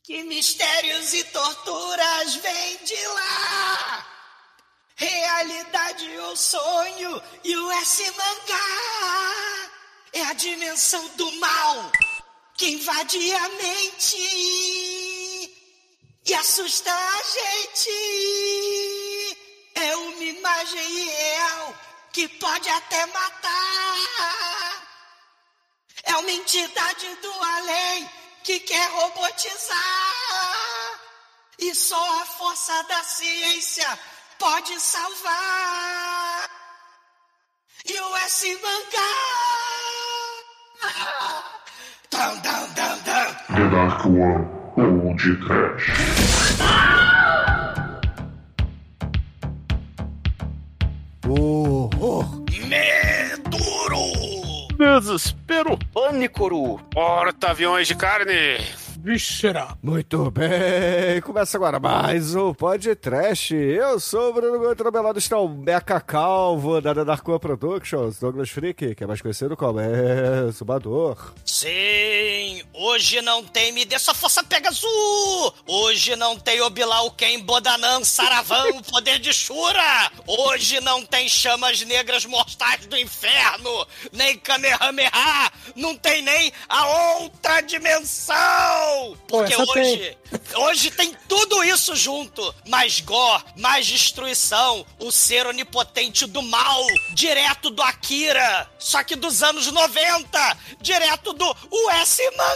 Que mistérios e torturas vêm de lá? Realidade ou sonho? US Mangá é a dimensão do mal que invade a mente e assusta a gente. É uma imagem real que pode até matar. É uma entidade do além que quer robotizar. E só a força da ciência pode salvar. US Mangá. Dum, dum, dum, dum. The Dark One Old Trash. Meduro. Desespero, pânico, porta-aviões de carne. Víscera. Muito bem, começa agora mais um Podcast. Eu sou o Bruno Gomes, do está o Meca Calvo da Dark One Productions, Douglas Freak, que é mais conhecido como Subador. Sim, hoje não tem Me Dê Sua Força Pegasus. Hoje não tem Obilau Ken Bodanan Saravão, Poder de Shura. Hoje não tem Chamas Negras Mortais do Inferno, nem Kamehameha, não tem nem a outra dimensão. Porque hoje tem tudo isso junto. Mais gore, mais destruição, o ser onipotente do mal, direto do Akira, só que dos anos 90, direto do US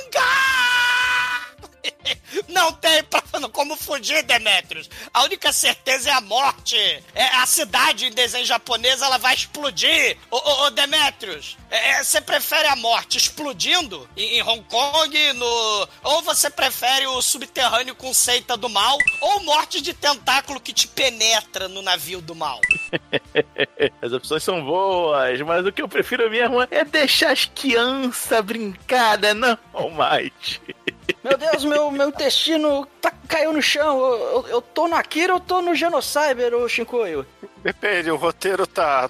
Mangá. Não tem como fugir, Demetrius. A única certeza é a morte. A cidade em desenho japonês, ela vai explodir. Ô Demetrius, você prefere a morte explodindo em Hong Kong, ou você prefere o subterrâneo com seita do mal, ou morte de tentáculo que te penetra no navio do mal? As opções são boas, mas o que eu prefiro mesmo é deixar as crianças brincadas, não mais. Meu Deus, meu intestino caiu no chão. Eu tô no Akira ou tô no Genocyber, ô Shinkoio? Depende, o roteiro tá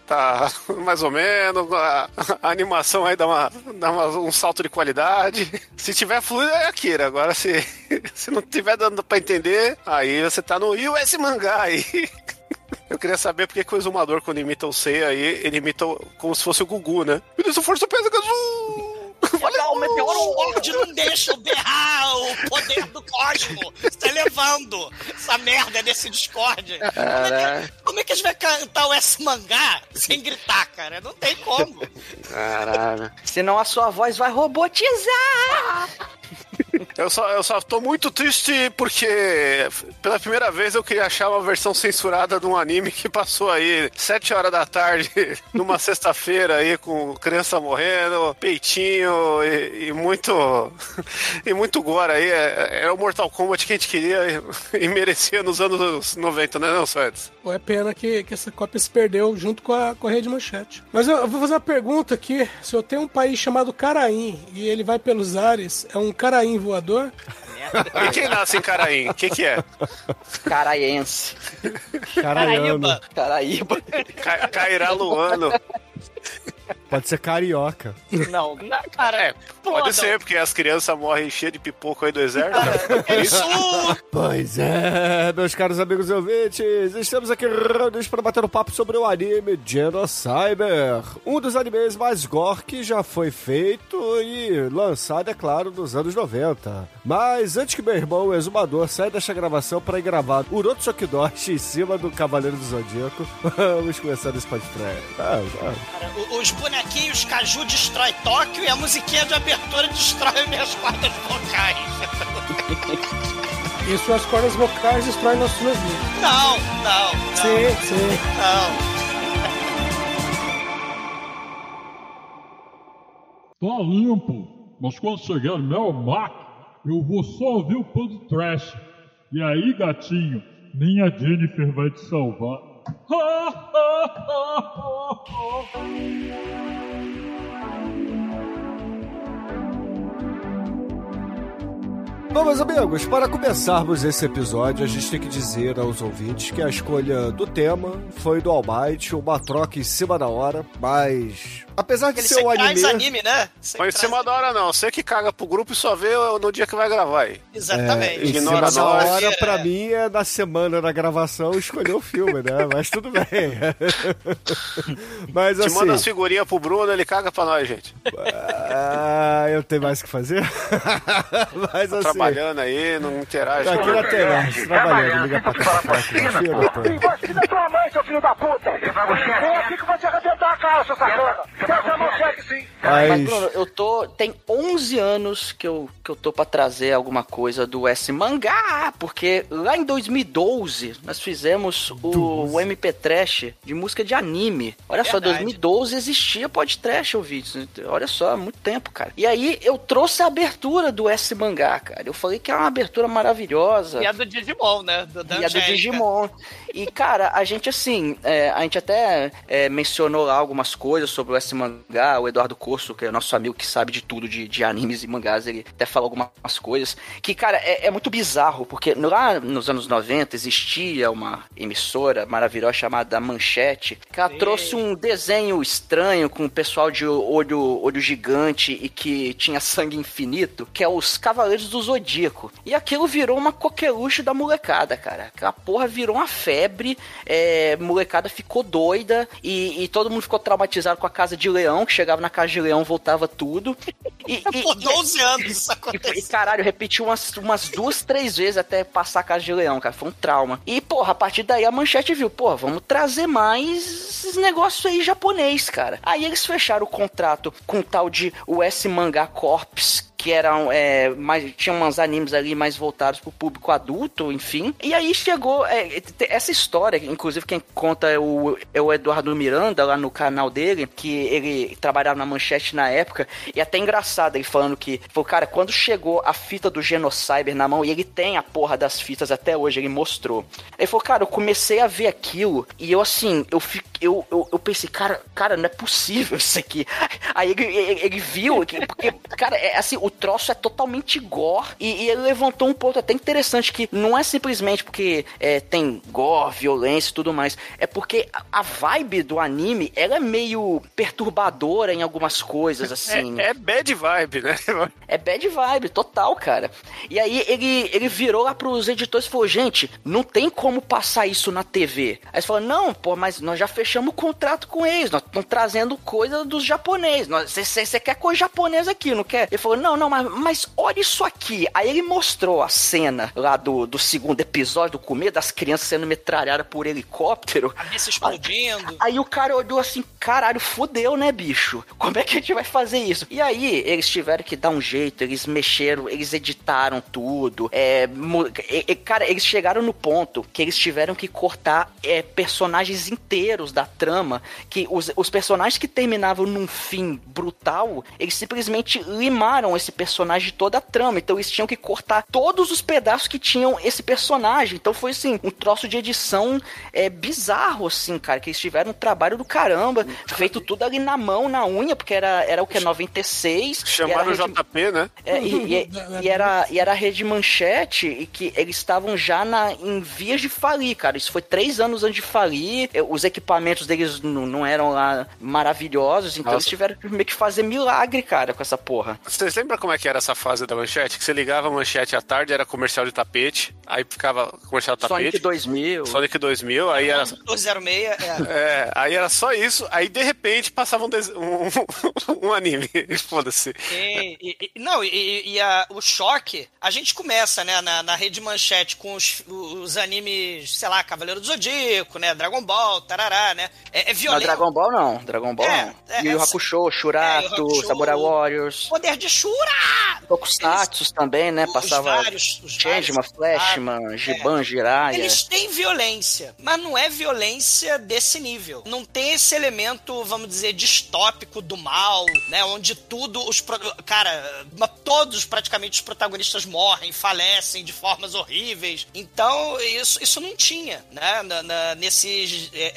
mais ou menos, a animação aí dá um salto de qualidade. Se tiver fluido é Akira, agora se não tiver dando pra entender, aí você tá no US Mangá aí. Eu queria saber porque que o Exumador, quando imita o Seiya aí, ele imita como se fosse o Gugu, né? Me dê força Pegasus! Olha, o Meteoro Lorde não deixa eu berrar o poder do cosmo. Está levando essa merda desse Discord. Como é que a gente vai cantar o S Mangá sem gritar, cara? Não tem como. Caralho. Senão a sua voz vai robotizar. Eu só tô muito triste porque pela primeira vez eu queria achar uma versão censurada de um anime que passou aí 7 horas da tarde numa sexta-feira aí com criança morrendo, peitinho e muito gore aí. Era o Mortal Kombat que a gente queria e merecia nos anos 90, né, não, Suedes? É pena que essa cópia se perdeu junto com a Rede Manchete. Mas eu vou fazer uma pergunta aqui. Se eu tenho um país chamado Caraim e ele vai pelos ares, é um Caraim voador? E quem nasce em Caraim? O que é? Caraiense. Caraiano. Caraíba. Cairá Luano. Pode ser carioca. Não, cara, pode ser, porque as crianças morrem cheias de pipoco aí do exército. É isso! Pois é, meus caros amigos e ouvintes, estamos aqui reunidos para bater um papo sobre o anime Genocyber, um dos animes mais gore que já foi feito e lançado, é claro, nos anos 90. Mas antes que meu irmão, o Exumador, saia desta gravação para ir gravar Urotsukidoshi em cima do Cavaleiro do Zodíaco, vamos começar esse podcast. Os bonequinhos Caju destrói Tóquio e a musiquinha de abertura destrói minhas cordas vocais. E suas cordas vocais destroem nas suas vidas. Não. Sim. Tá limpo, mas quando chegar no meu Mac, eu vou só ouvir o podcast. E aí, gatinho, nem a Jennifer vai te salvar. Bom, meus amigos, para começarmos esse episódio, a gente tem que dizer aos ouvintes que a escolha do tema foi do Almighty, uma troca em cima da hora, mas... apesar de ser um anime, né? Foi em cima da hora não, você que caga pro grupo e só vê no dia que vai gravar aí. Exatamente. Em cima da hora, pra mim, é na semana da gravação escolher o filme, né? Mas tudo bem. Mas assim... te manda as figurinhas pro Bruno, ele caga pra nós, gente. Eu tenho mais o que fazer? Mas tá assim... trabalhando aí, não interage. Aqui não tem mais, trabalhando, liga pra cá. Vacina tua mãe, seu filho da puta! Vem aqui que eu vou te arrebentar a cara, seu sacana! Você não cheque sim! Mas, Bruno, tem 11 anos que eu tô pra trazer alguma coisa do S-Mangá, porque lá em 2012 nós fizemos o MP Trash de música de anime. Olha só, 2012 existia podcast, ouvintes. Olha só, muito tempo, cara. E aí eu trouxe a abertura do S-Mangá, cara. Eu falei que é uma abertura maravilhosa. E a do Digimon, né? E a do Digimon. E, cara, a gente, assim, a gente até mencionou lá algumas coisas sobre o S-Mangá. O Eduardo Corso, que é nosso amigo que sabe de tudo de animes e mangás, ele até falou algumas coisas que, cara, é muito bizarro, porque lá nos anos 90 existia uma emissora maravilhosa chamada Manchete, que ela trouxe um desenho estranho com o pessoal de olho gigante e que tinha sangue infinito, que é os Cavaleiros do Zodíaco. E aquilo virou uma coqueluche da molecada, cara. Aquela porra virou uma febre, molecada ficou doida e todo mundo ficou traumatizado com a Casa de Leão, que chegava na Casa de Leão, voltava tudo. Por 12 anos isso aconteceu. E caralho, repetiu umas 2, 3 vezes até passar a Casa de Leão, cara. Foi um trauma. E, porra, a partir daí a Manchete viu, porra, vamos trazer mais esses negócios aí japonês, cara. Aí eles fecharam o contrato com o tal de US Manga Corps, que eram tinham uns animes ali mais voltados pro público adulto, enfim. E aí chegou essa história, inclusive quem conta é o Eduardo Miranda, lá no canal dele, que ele trabalhava na Manchete na época, e até engraçado ele falando que, cara, quando chegou a fita do Genocyber na mão, e ele tem a porra das fitas até hoje, ele mostrou. Ele falou, cara, eu comecei a ver aquilo, e eu assim, eu pensei, cara, não é possível isso aqui. Aí ele viu, porque, cara, assim, o troço é totalmente gore, e ele levantou um ponto até interessante, que não é simplesmente porque tem gore, violência e tudo mais, é porque a vibe do anime, ela é meio perturbadora em algumas coisas, assim. É bad vibe, né? É bad vibe, total, cara. E aí ele virou lá pros editores e falou, gente, não tem como passar isso na TV. Aí eles falaram, não, pô, mas nós já fechamos o contrato com eles, nós estamos trazendo coisa dos japoneses, você quer coisa japonesa aqui, não quer? Ele falou, não, mas olha isso aqui. Aí ele mostrou a cena lá do segundo episódio, do começo, das crianças sendo metralhadas por helicóptero. A cabeça explodindo. Aí o cara olhou assim, caralho, fodeu, né, bicho? Como é que a gente vai fazer isso? E aí eles tiveram que dar um jeito, eles mexeram, eles editaram tudo. Cara, eles chegaram no ponto que eles tiveram que cortar personagens inteiros da trama, que os personagens que terminavam num fim brutal, eles simplesmente limaram esse personagem de toda a trama, então eles tinham que cortar todos os pedaços que tinham esse personagem, então foi assim, um troço de edição bizarro, assim, cara, que eles tiveram um trabalho do caramba, feito tudo ali na mão, na unha, porque era o que, 96. Chamaram o JP, né? E era a Rede Manchete, e que eles estavam já em vias de falir, cara, isso foi 3 anos antes de falir, os equipamentos deles não eram lá maravilhosos, então eles tiveram que meio que fazer milagre, cara, com essa porra. Vocês lembram como é que era essa fase da Manchete? Que você ligava a Manchete à tarde, era comercial de tapete, aí ficava comercial de tapete. Sonic 2000, aí era... 206, aí era só isso, aí de repente passava um anime, foda-se. O choque, a gente começa, né, na Rede Manchete com os animes, sei lá, Cavaleiro do Zodíaco, né, Dragon Ball, tarará, né, violento. Dragon Ball não. Yu Yu Hakusho, Shurato, Samurai Warriors. Poder de Shura! Tokusatsu também, né? Passava Changeman, Flashman, Giban, Jiraiya. Eles têm violência, mas não é violência desse nível. Não tem esse elemento, vamos dizer, distópico do mal, né? Onde todos praticamente os protagonistas morrem, falecem de formas horríveis. Então, isso não tinha, né? Nesses animes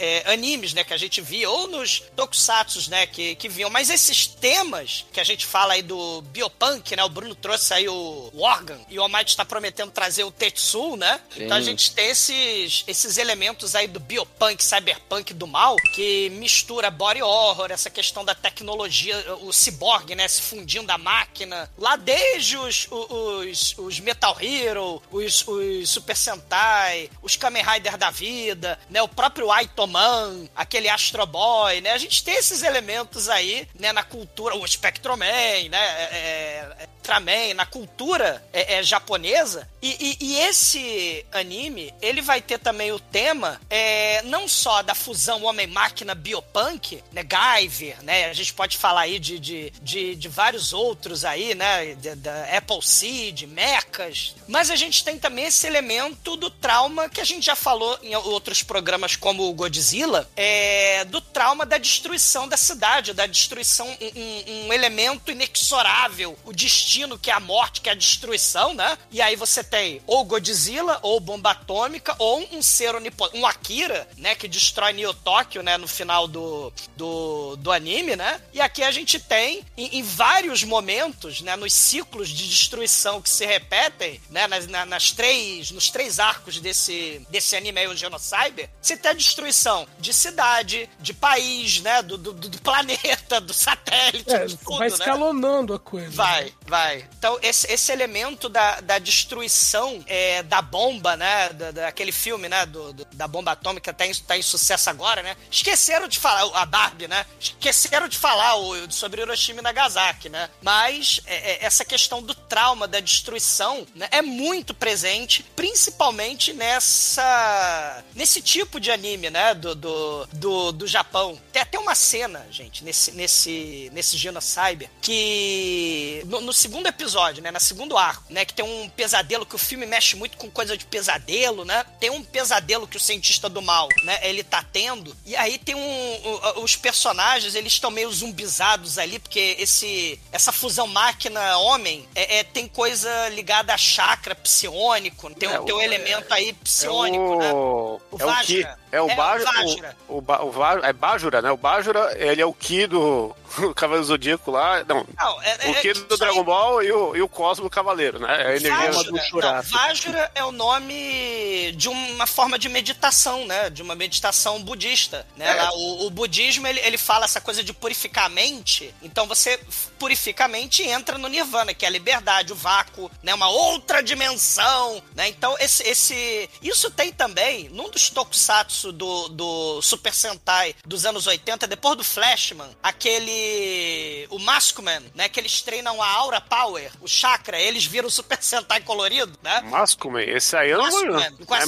animes, né, que a gente via, ou nos tokusatsus, né, que vinham. Mas esses temas que a gente fala aí do biopunk, né, o Bruno trouxe aí o Organ, e o Almighty está prometendo trazer o Tetsu, né? Sim. Então a gente tem esses elementos aí do biopunk, cyberpunk do mal, que mistura body horror, essa questão da tecnologia, o ciborgue, né, se fundindo a máquina, lá desde os Metal Hero, os Super Sentai, os Kamen Rider da vida, né, o próprio Aitoman, aquele Astro Boy, né, a gente tem esses elementos aí, né, na cultura, o Spectroman, né, Ultraman, na cultura japonesa, e esse anime, ele vai ter também o tema, não só da fusão homem-máquina biopunk, né, Guyver, né, a gente pode falar aí de vários outros aí, né, da Apple Seed, Mechas, mas a gente tem também esse elemento do trauma que a gente já falou em outros programas como o Godzilla, do trauma da destruição da cidade, da destruição, um elemento inexorável, o destino que é a morte, que é a destruição, né? E aí você tem ou Godzilla, ou bomba atômica, ou um ser onipotente, um Akira, né, que destrói Neo Tóquio, né, no final do anime, né? E aqui a gente tem, em vários momentos, né, nos ciclos de destruição que se repetem, né, nos três arcos desse anime aí, o Genocyber, você tem a destruição de cidade, de país, né, do planeta, do satélite, de tudo, vai escalonando, né, a coisa. Vai. Então, esse elemento da destruição da bomba, né, daquele filme, né, da bomba atômica tá em sucesso agora, né? Esqueceram de falar, a Barbie, né? Esqueceram de falar sobre Hiroshima e Nagasaki, né? Mas essa questão do trauma, da destruição, né, é muito presente, principalmente nesse tipo de anime, né, do Japão. Tem até uma cena, gente, nesse Genocyber, que no segundo episódio, né, no segundo arco, né, que tem um pesadelo, que o filme mexe muito com coisa de pesadelo, né? Tem um pesadelo que o cientista do mal, né, ele tá tendo, e aí tem os personagens, eles estão meio zumbizados ali, porque essa fusão máquina-homem tem coisa ligada a chakra psiônico, tem um elemento aí psiônico, né? O Vajra. É Bajura, né? O Bajura, ele é o Ki do Cavaleiro Zodíaco lá. Não, o Ki do Dragon Ball e o Cosmo do Cavaleiro, né? É a energia do Shurato. Vajra é o nome de uma forma de meditação, né? De uma meditação budista, né? Lá, o budismo, ele fala essa coisa de purificar a mente. Então você purifica a mente e entra no Nirvana, que é a liberdade, o vácuo, né? Uma outra dimensão, né? Então isso tem também num dos tokusatsu do Super Sentai dos anos 80, depois do Flashman, o Maskuman, né, que eles treinam a Aura Power, o chakra, eles viram o Super Sentai colorido, né? Maskuman, esse aí eu não vou. É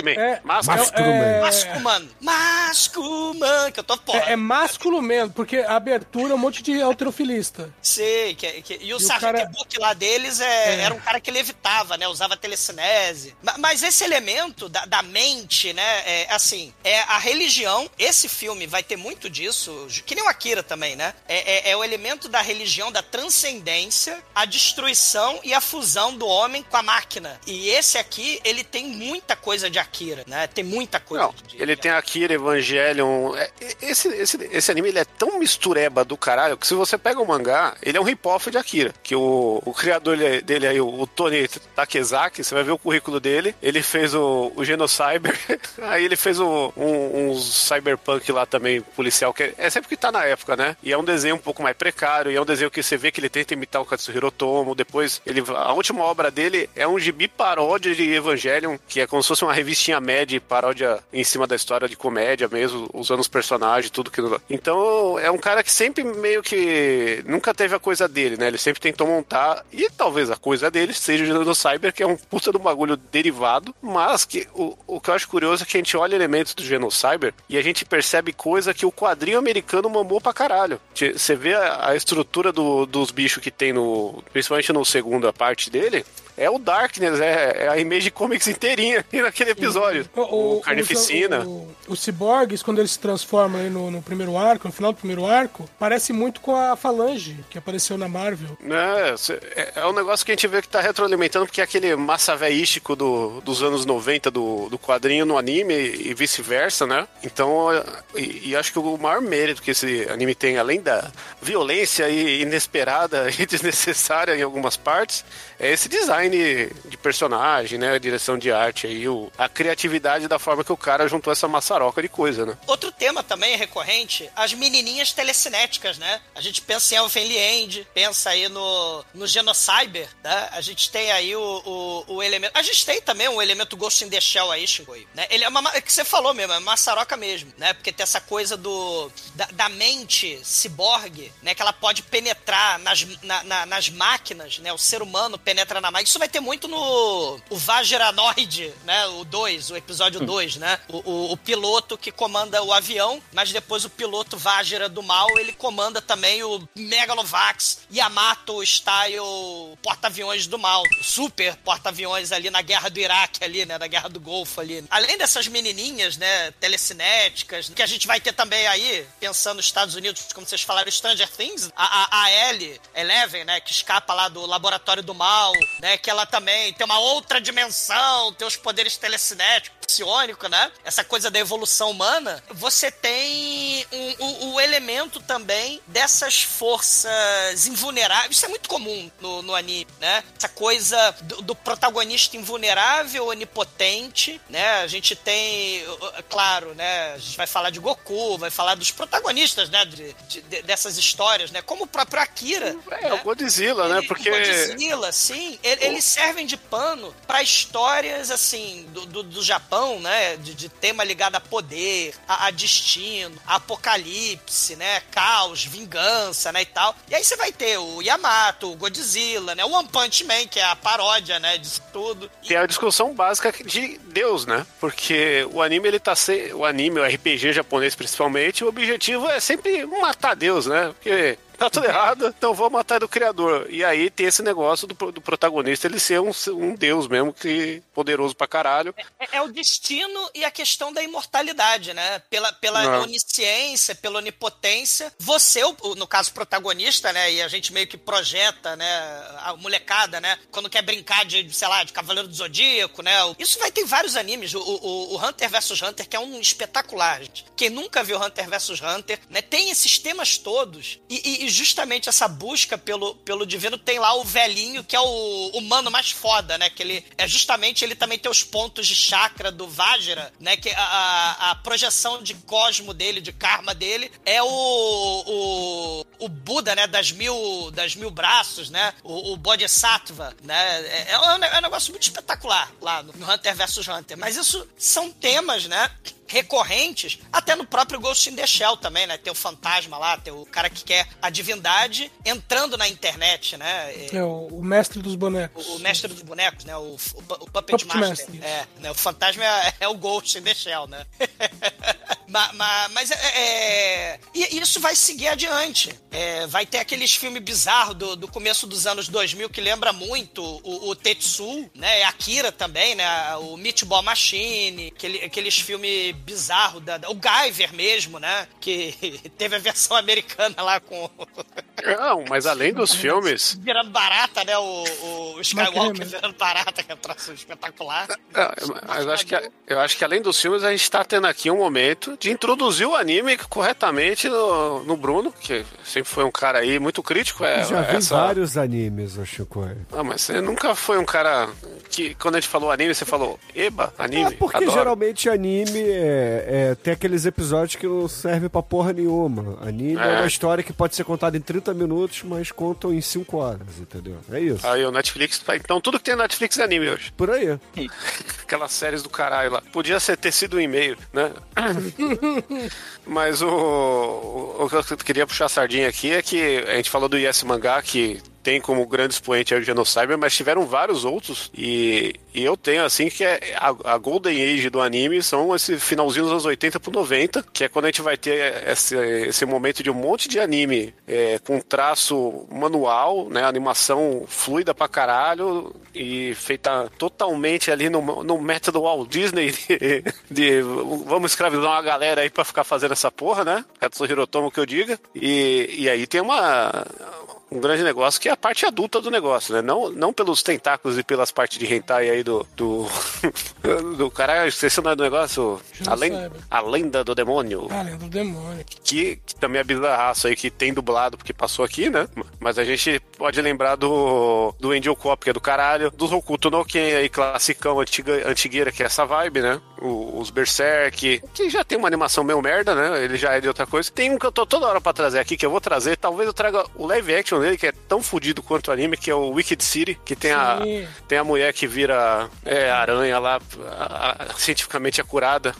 Maskuman, que eu tô porra. É másculo mesmo, porque a abertura é um monte de alterofilista. Sei, e o Sargento Book lá deles era um cara que levitava, né, usava telecinese. Mas esse elemento da mente, né, a religião, esse filme vai ter muito disso, que nem o Akira também, né? É o elemento da religião, da transcendência, a destruição e a fusão do homem com a máquina. E esse aqui, ele tem muita coisa de Akira, né? Tem muita coisa. Não, ele tem Akira, Evangelion. Esse anime, ele é tão mistureba do caralho que se você pega o mangá, ele é um rip-off de Akira. Que o criador dele aí, o Tony Takezaki, você vai ver o currículo dele, ele fez o Genocyber, aí ele fez um cyberpunk lá também, policial, que é sempre que tá na época, né? E é um desenho um pouco mais precário, e é um desenho que você vê que ele tenta imitar o Katsuhiro Otomo. Depois, a última obra dele é um gibi paródia de Evangelion, que é como se fosse uma revistinha média, paródia em cima da história de comédia mesmo, usando os personagens, tudo que... Então, é um cara que sempre meio que nunca teve a coisa dele, né? Ele sempre tentou montar, e talvez a coisa dele seja o Genocyber, que é um puta do bagulho derivado, mas que o que eu acho curioso é que a gente olha elementos do Genocyber e a gente percebe coisa que o quadrinho americano mamou pra caralho. Você vê a estrutura dos bichos que tem principalmente no segunda parte dele, é o Darkness, é a Image Comics inteirinha naquele episódio. O Carnificina. Os ciborgues, quando eles se transformam aí no primeiro arco, no final do primeiro arco, parece muito com a Falange, que apareceu na Marvel. É um negócio que a gente vê que tá retroalimentando, porque é aquele massa veístico dos anos 90 do quadrinho no anime e vice-versa, né? Então, e acho que o maior mérito que esse anime tem, além da violência inesperada e desnecessária em algumas partes, é esse design de personagem, né? A direção de arte aí, a criatividade da forma que o cara juntou essa maçaroca de coisa, né? Outro tema também recorrente, as menininhas telecinéticas, né? A gente pensa em Elfen Liend, pensa aí no Genocyber, né? A gente tem aí o elemento... A gente tem também um elemento Ghost in the Shell aí, Shingoi, né? Ele é que você falou mesmo, é maçaroca mesmo, né? Porque tem essa coisa da mente ciborgue, né? Que ela pode penetrar nas máquinas, né? O ser humano penetra na máquina. Isso vai ter muito no Vajranoid, né? O 2, o episódio 2, né? O piloto que comanda o avião, mas depois o piloto Vajra do mal, ele comanda também o Megalovax Yamato Style porta-aviões do mal. O super porta-aviões ali na guerra do Iraque ali, né? Na guerra do Golfo ali. Além dessas menininhas, né? Telecinéticas, que a gente vai ter também aí, pensando nos Estados Unidos, como vocês falaram, Stranger Things, a Eleven, né? Que escapa lá do laboratório do mal, né? Que ela também tem uma outra dimensão, tem os poderes telecinéticos, psiônico, né? Essa coisa da evolução humana. Você tem o elemento também dessas forças invulneráveis. Isso é muito comum no anime, né? Essa coisa do protagonista invulnerável, onipotente, né? A gente tem, claro, né? A gente vai falar de Goku, vai falar dos protagonistas, né? Dessas histórias, né? Como o próprio Akira. Né? O Godzilla, né? Porque... O Godzilla, sim. Eles servem de pano para histórias, assim, do Japão, né? De tema ligado a poder, a destino, a apocalipse, né? Caos, vingança, né? E tal. E aí você vai ter o Yamato, o Godzilla, né? O One Punch Man, que é a paródia, né? Disso tudo. Que é a discussão básica de Deus, né? Porque o anime, o anime, o RPG japonês principalmente, o objetivo é sempre matar Deus, né? Porque tá tudo errado, então vou matar do criador. E aí tem esse negócio do protagonista ele ser um deus mesmo, que poderoso pra caralho. É o destino e a questão da imortalidade, né? Pela onisciência, pela onipotência. Você, no caso protagonista, né? E a gente meio que projeta, né? A molecada, né? Quando quer brincar de, sei lá, de Cavaleiro do Zodíaco, né? Isso vai ter em vários animes. O Hunter vs Hunter, que é um espetacular, gente. Quem nunca viu Hunter vs Hunter, né? Tem esses temas todos e justamente essa busca pelo divino. Tem lá o velhinho, que é o humano mais foda, né? Que ele é justamente, ele também tem os pontos de chakra do Vajra, né? Que a projeção de cosmo dele, de karma dele, é o Buda, né? Das mil braços, né? O Bodhisattva, né? É um negócio muito espetacular lá no Hunter vs Hunter. Mas isso são temas, né? Recorrentes, até no próprio Ghost in the Shell também, né? Tem o fantasma lá, tem o cara que quer a divindade entrando na internet, né? É o mestre dos bonecos. O mestre dos bonecos, né? O Puppet Master. Né? O fantasma é o Ghost in the Shell, né? Mas e isso vai seguir adiante. Vai ter aqueles filmes bizarros do começo dos anos 2000 que lembra muito o Tetsuo, né? Akira também, né? O Meatball Machine, aqueles filmes bizarro o Guyver mesmo, né? Que teve a versão americana lá com... Não, mas além dos filmes... Virando barata, né? O Skywalker virando barata, que é um troço espetacular. Mas eu acho que além dos filmes, a gente tá tendo aqui um momento de introduzir o anime corretamente no Bruno, que sempre foi um cara aí muito crítico. Já vi vários animes, o Chico. Mas você nunca foi um cara que, quando a gente falou anime, você falou, eba, anime, porque adoro. Geralmente anime tem aqueles episódios que não servem pra porra nenhuma. Anime é uma história que pode ser contada em 30 minutos, mas contam em 5 horas, entendeu? É isso. Aí o Netflix... Então tudo que tem na Netflix é anime hoje. Por aí. Aquelas séries do caralho lá. Podia ter sido um e-mail, né? Mas o que eu queria puxar a sardinha aqui é que a gente falou do Yes Mangá, que tem como grande expoente o Genocyber, mas tiveram vários outros, e eu tenho, assim, que é a Golden Age do anime, são esse finalzinho dos anos 80 pro 90, que é quando a gente vai ter esse momento de um monte de anime com traço manual, né, animação fluida pra caralho, e feita totalmente ali no método Walt Disney de vamos escravizar uma galera aí pra ficar fazendo essa porra, né? Katsuhiro Hirotomo que eu diga. E aí tem um grande negócio que é a parte adulta do negócio, né? Não pelos tentáculos e pelas partes de hentai aí do caralho, esqueci o nome do negócio. A Lenda do Demônio. A Lenda do Demônio. Que também é bizarraço aí, que tem dublado porque passou aqui, né? Mas a gente pode lembrar do Angel Cop, que é do caralho, dos Hokuto no Ken aí, classicão, antigueira, que é essa vibe, né? Os Berserk, que já tem uma animação meio merda, né? Ele já é de outra coisa. Tem um que eu tô toda hora pra trazer aqui, que eu vou trazer, talvez eu traga o live action dele, que é tão fodido quanto o anime, que é o Wicked City, que tem a mulher que vira aranha lá, cientificamente acurada,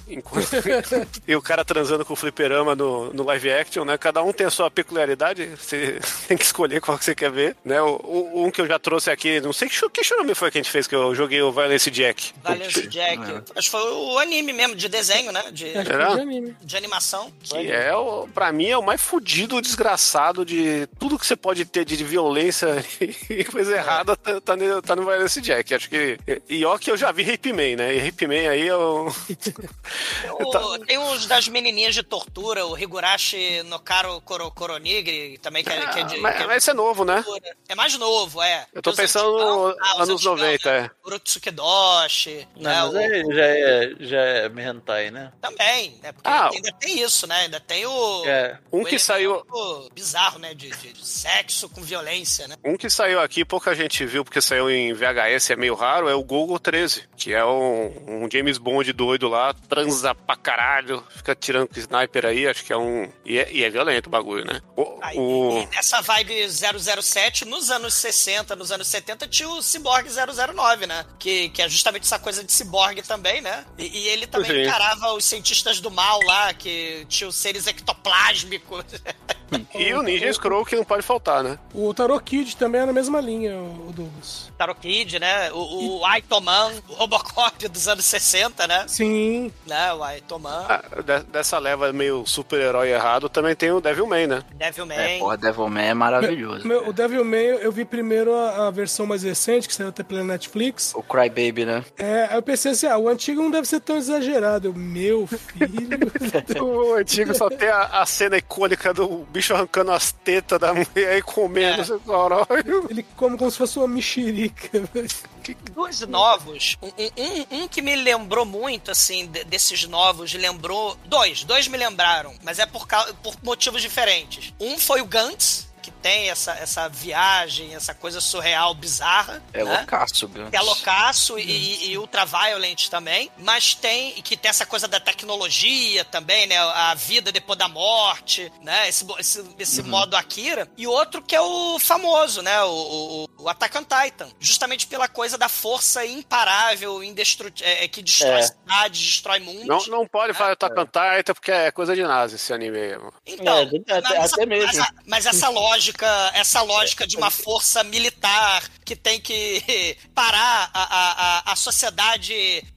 e o cara transando com o fliperama no live action, né? Cada um tem a sua peculiaridade, você tem que escolher qual que você quer ver, né? Um que eu já trouxe aqui, não sei que Shurame foi que a gente fez, que eu joguei o Violence Jack. Violence Jack. Acho que foi o anime mesmo, de desenho, né? De anime. De animação. Que pra mim, é o mais fudido, desgraçado de tudo que você pode ter de violência e coisa errada, tá no Violence Jack. Acho que... E ó que eu já vi Rape Man, né? E Rape Man aí eu... Tem uns das menininhas de tortura, o Higurashi no Karo Koronigri, também, que é de... Mas esse é novo, né? É mais novo, é. Eu tô pensando nos anos 90, Urotsukidoshi. Não, mas já é hentai, né? Também, né? Porque ainda tem isso, né? Ainda tem um que saiu... bizarro, né? De sexo com violência, né? Um que saiu aqui, pouca gente viu, porque saiu em VHS, é meio raro, é o Golgo 13, que é um James Bond doido lá, transa pra caralho, fica tirando com sniper aí, acho que é um... E é violento o bagulho, né? E nessa vibe 007, nos anos 60, nos anos 70, tinha o Cyborg 009, né? Que é justamente essa coisa de ciborgue também, né? E ele também encarava os cientistas do mal lá, que tinham seres ectoplásmicos. E o Ninja Scroll, que não pode faltar, né? O Tarot Kid também é na mesma linha, o Douglas. Tarot Kid, né? O Aitoman, o Robocop dos anos 60, né? Sim. Né? O Aitoman. Dessa leva meio super-herói errado, também tem o Devilman, né? Devilman. Devilman é maravilhoso. O Devilman, eu vi primeiro a versão mais recente, que saiu até pela Netflix. O Crybaby, né? Aí eu pensei assim, o antigo não deve ser tão exagerado. Meu filho. O antigo só tem a cena icônica do bicho arrancando as tetas da mulher e comendo seu coróio. Ele come como se fosse uma mexerica. Dois novos. Um que me lembrou muito, assim, desses novos, lembrou... Dois me lembraram, mas é por motivos diferentes. Um foi o Gantz, que tem essa viagem, essa coisa surreal, bizarra. É né? loucaço, Gantz. É loucaço e ultraviolent também, mas tem essa coisa da tecnologia também, né? A vida depois da morte, né? Esse modo Akira. E outro que é o famoso, né? O Attack on Titan. Justamente pela coisa da força imparável, indestrutível, que destrói cidades, destrói mundos. Não pode falar Attack on Titan porque é coisa de nazi esse anime aí. Então, até mesmo. Mas essa lógica de uma força militar que tem que parar a sociedade...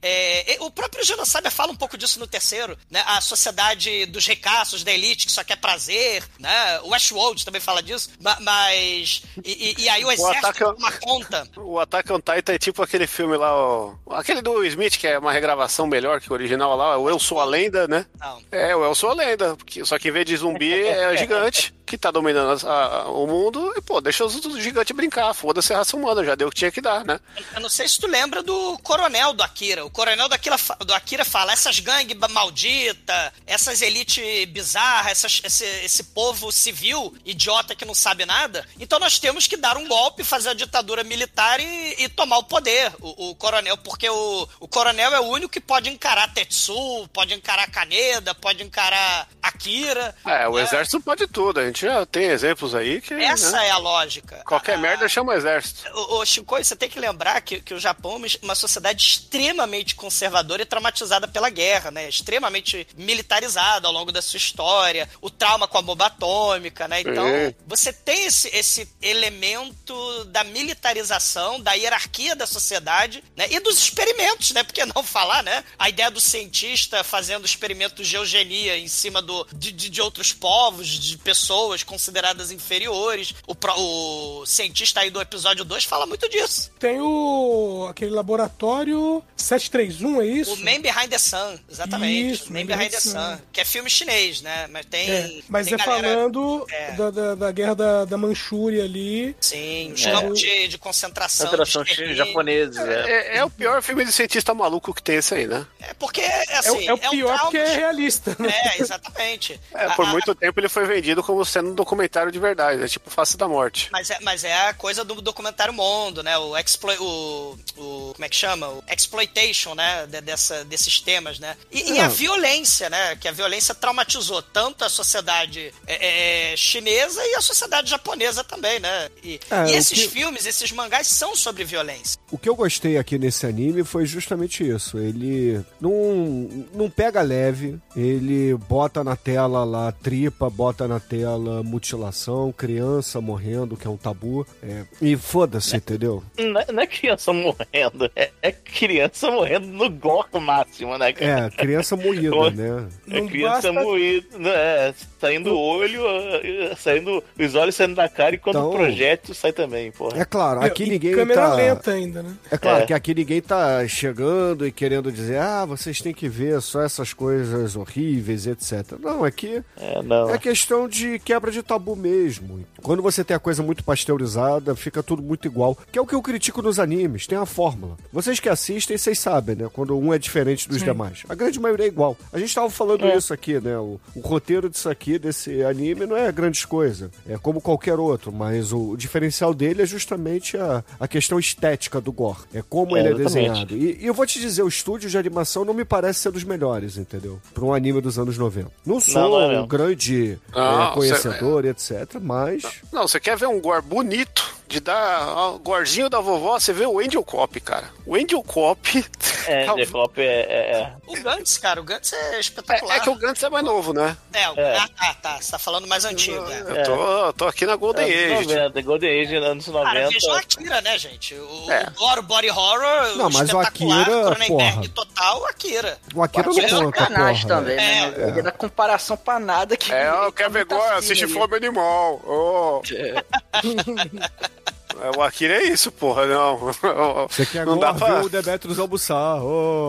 o próprio Genocyber fala um pouco disso no terceiro, né? A sociedade dos ricaços, da elite, que só quer prazer, né? O Westworld também fala disso, mas... E aí o exército toma conta. O Attack on Titan é tipo aquele filme lá, aquele do Smith, que é uma regravação melhor que o original lá, o Eu Sou a Lenda, né? Não. O Eu Sou a Lenda, só que em vez de zumbi é gigante, que tá dominando o mundo, e deixa os gigantes brincar, foda-se a raça humana, já deu o que tinha que dar, né? Eu não sei se tu lembra do coronel do Akira. O coronel do Akira fala, essas gangues malditas, essas elites bizarras, esse povo civil, idiota que não sabe nada, então nós temos que dar um golpe, fazer a ditadura militar e tomar o poder, o coronel, porque o coronel é o único que pode encarar Tetsu, pode encarar Kaneda, pode encarar Akira. O exército pode tudo, a gente já tem exemplos aí que... Essa é a lógica. Qualquer merda chama o exército. Ô Chico, você tem que lembrar que o Japão é uma sociedade extremamente conservadora e traumatizada pela guerra, né? Extremamente militarizada ao longo da sua história, o trauma com a bomba atômica, né? Então, você tem esse elemento da militarização, da hierarquia da sociedade, né? E dos experimentos, né? Porque não falar, né? A ideia do cientista fazendo experimentos de eugenia em cima de outros povos, de pessoas consideradas inferiores. O cientista aí do episódio 2 fala muito disso. Tem aquele laboratório 731, é isso? O Man Behind the Sun, exatamente. Isso, Man Behind the Sun. Que é filme chinês, né? Mas tem... Mas tem galera... falando da guerra da Manchúria ali. Sim, os campos de concentração. Concentração japoneses, É o pior filme de cientista maluco que tem esse aí, né? É porque, assim... É o pior porque é realista, né? Exatamente. Por muito tempo ele foi vendido como sendo um documentário de verdade, né? Tipo Face da Morte. Mas é a coisa do documentário Mondo, né? Como é que chama? O exploitation, né? Desses temas, né? E a violência, né? Que a violência traumatizou tanto a sociedade chinesa e a sociedade japonesa também, né? E esses filmes, esses mangás são sobre violência. O que eu gostei aqui nesse anime foi justamente isso. Ele não pega leve, ele bota na tela lá tripa, bota na tela mutilação, criança morrendo, que é um tabu. E foda-se, entendeu? Não é criança morrendo, é criança morrendo no gore máximo, né? Criança moída, né? Criança moída, né? Saindo o olho, os olhos saindo da cara e quando o projétil sai também, porra. É claro, aqui ninguém câmera lenta ainda, né? É claro que aqui ninguém tá chegando e querendo dizer, vocês têm que ver só essas coisas horríveis, etc. Não, aqui é questão de quebra de tabu mesmo. Quando você tem a coisa muito pasteurizada, fica tudo muito igual. Que é o que eu critico nos animes, tem a fórmula. Vocês que assistem, vocês sabem, né? Quando um é diferente dos demais. A grande maioria é igual. A gente tava falando isso aqui, né? O roteiro disso aqui, desse anime, não é grandes coisas. É como qualquer outro, mas o diferencial dele é justamente a questão estética do gore. É como ele é desenhado. E eu vou te dizer, o estúdio de animação não me parece ser dos melhores, entendeu? Para um anime dos anos 90. Não sou um grande conhecedor, etc, mas... Não, você quer ver um gore bonito, de dar o gorzinho da vovó, você vê o Angel Cop, cara. O Angel Cop... Angel Cop O Gantz, cara, o Gantz é espetacular. É que o Gantz é mais novo, né? Tá, você tá falando mais antigo. Eu tô aqui na Golden Age. 90, Golden Age, anos 90. Cara, veja o Akira, né, gente? O body horror, não, mas o Akira, Cronenberg total, o Akira. O Akira não conta, porra. Também, né? Ele dá comparação pra nada. Eu quero ver gore, assiste Fome Animal. O Akira é isso, porra, não. Você quer não agora dá pra ver o Demetrius almoçar,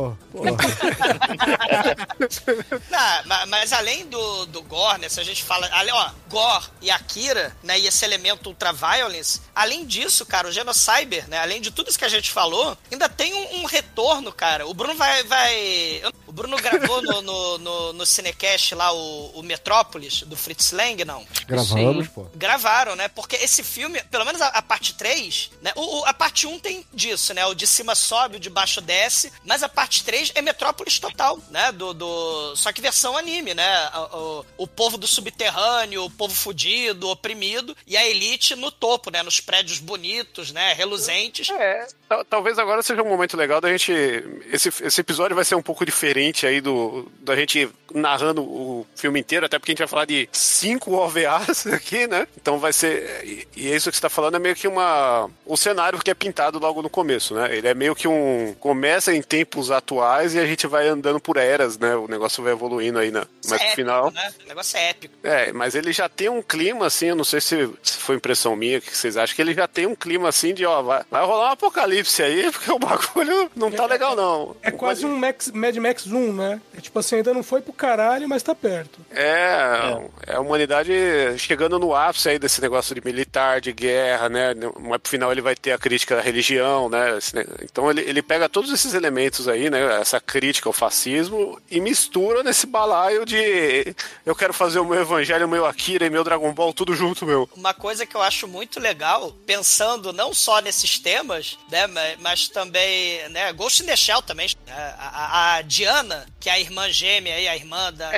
Não, mas além do gore, né, se a gente fala, gore e Akira, né, e esse elemento ultra-violence, além disso, cara, o Genocyber, né, além de tudo isso que a gente falou, ainda tem um retorno, cara. O Bruno o Bruno gravou no Cinecast lá o Metrópolis, do Fritz Lang, não? Gravamos, pô. Gravaram, né, porque esse filme, pelo menos a parte 3, né? A parte 1 tem disso, né? O de cima sobe, o de baixo desce, mas a parte 3 é Metrópolis total, né? Só que versão anime, né? O povo do subterrâneo, o povo fudido, oprimido, e a elite no topo, né? Nos prédios bonitos, né? Reluzentes. Talvez agora seja um momento legal da gente... Esse episódio vai ser um pouco diferente aí da gente narrando o filme inteiro, até porque a gente vai falar de 5 OVAs aqui, né? Então vai ser... E isso que você tá falando é meio que o cenário que é pintado logo no começo, né? Ele é meio que começa em tempos atuais e a gente vai andando por eras, né? O negócio vai evoluindo aí, mas no final... Né? O negócio é épico. Mas ele já tem um clima, assim, eu não sei se foi impressão minha, o que vocês acham, que ele já tem um clima, assim, de, vai rolar um apocalipse aí, porque o bagulho não tá legal, não. É quase um Mad Max 1, né? É tipo assim, ainda não foi pro caralho, mas tá perto. É a humanidade chegando no ápice aí desse negócio de militar, de guerra, né? Mas pro final ele vai ter a crítica da religião, né? Então ele pega todos esses elementos aí, né? Essa crítica ao fascismo e mistura nesse balaio de eu quero fazer o meu evangelho, o meu Akira e meu Dragon Ball tudo junto, meu. Uma coisa que eu acho muito legal, pensando não só nesses temas, né? Mas também, né? Ghost in the Shell também. A Diana, que é a irmã gêmea aí, a irmã da...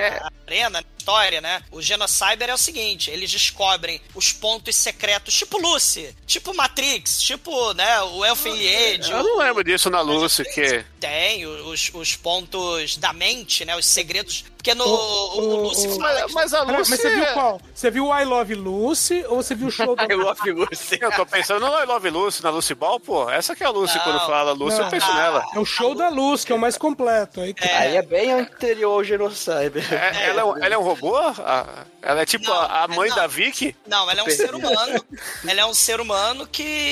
arena, história, né? O Genocyber é o seguinte, eles descobrem os pontos secretos, tipo Lucy, tipo Matrix, tipo, né, o Elfen Lied. Eu não lembro disso na Lucy, que... Tem os pontos da mente, né, os segredos, porque no o Lucy fala... Mas a Lucy... Mas você viu qual? Você viu o I Love Lucy ou você viu o show do... I Love Lucy. Eu tô pensando no I Love Lucy, na Lucy Ball, pô. Essa que é a Lucy, Não, quando fala Lucy, eu penso nela. É o show da Lucy, que é o mais completo. Aí é bem anterior ao Genocyber. Ela é um robô? Ela é tipo a mãe da Vicky? Não, ela é um ser humano. Ela é um ser humano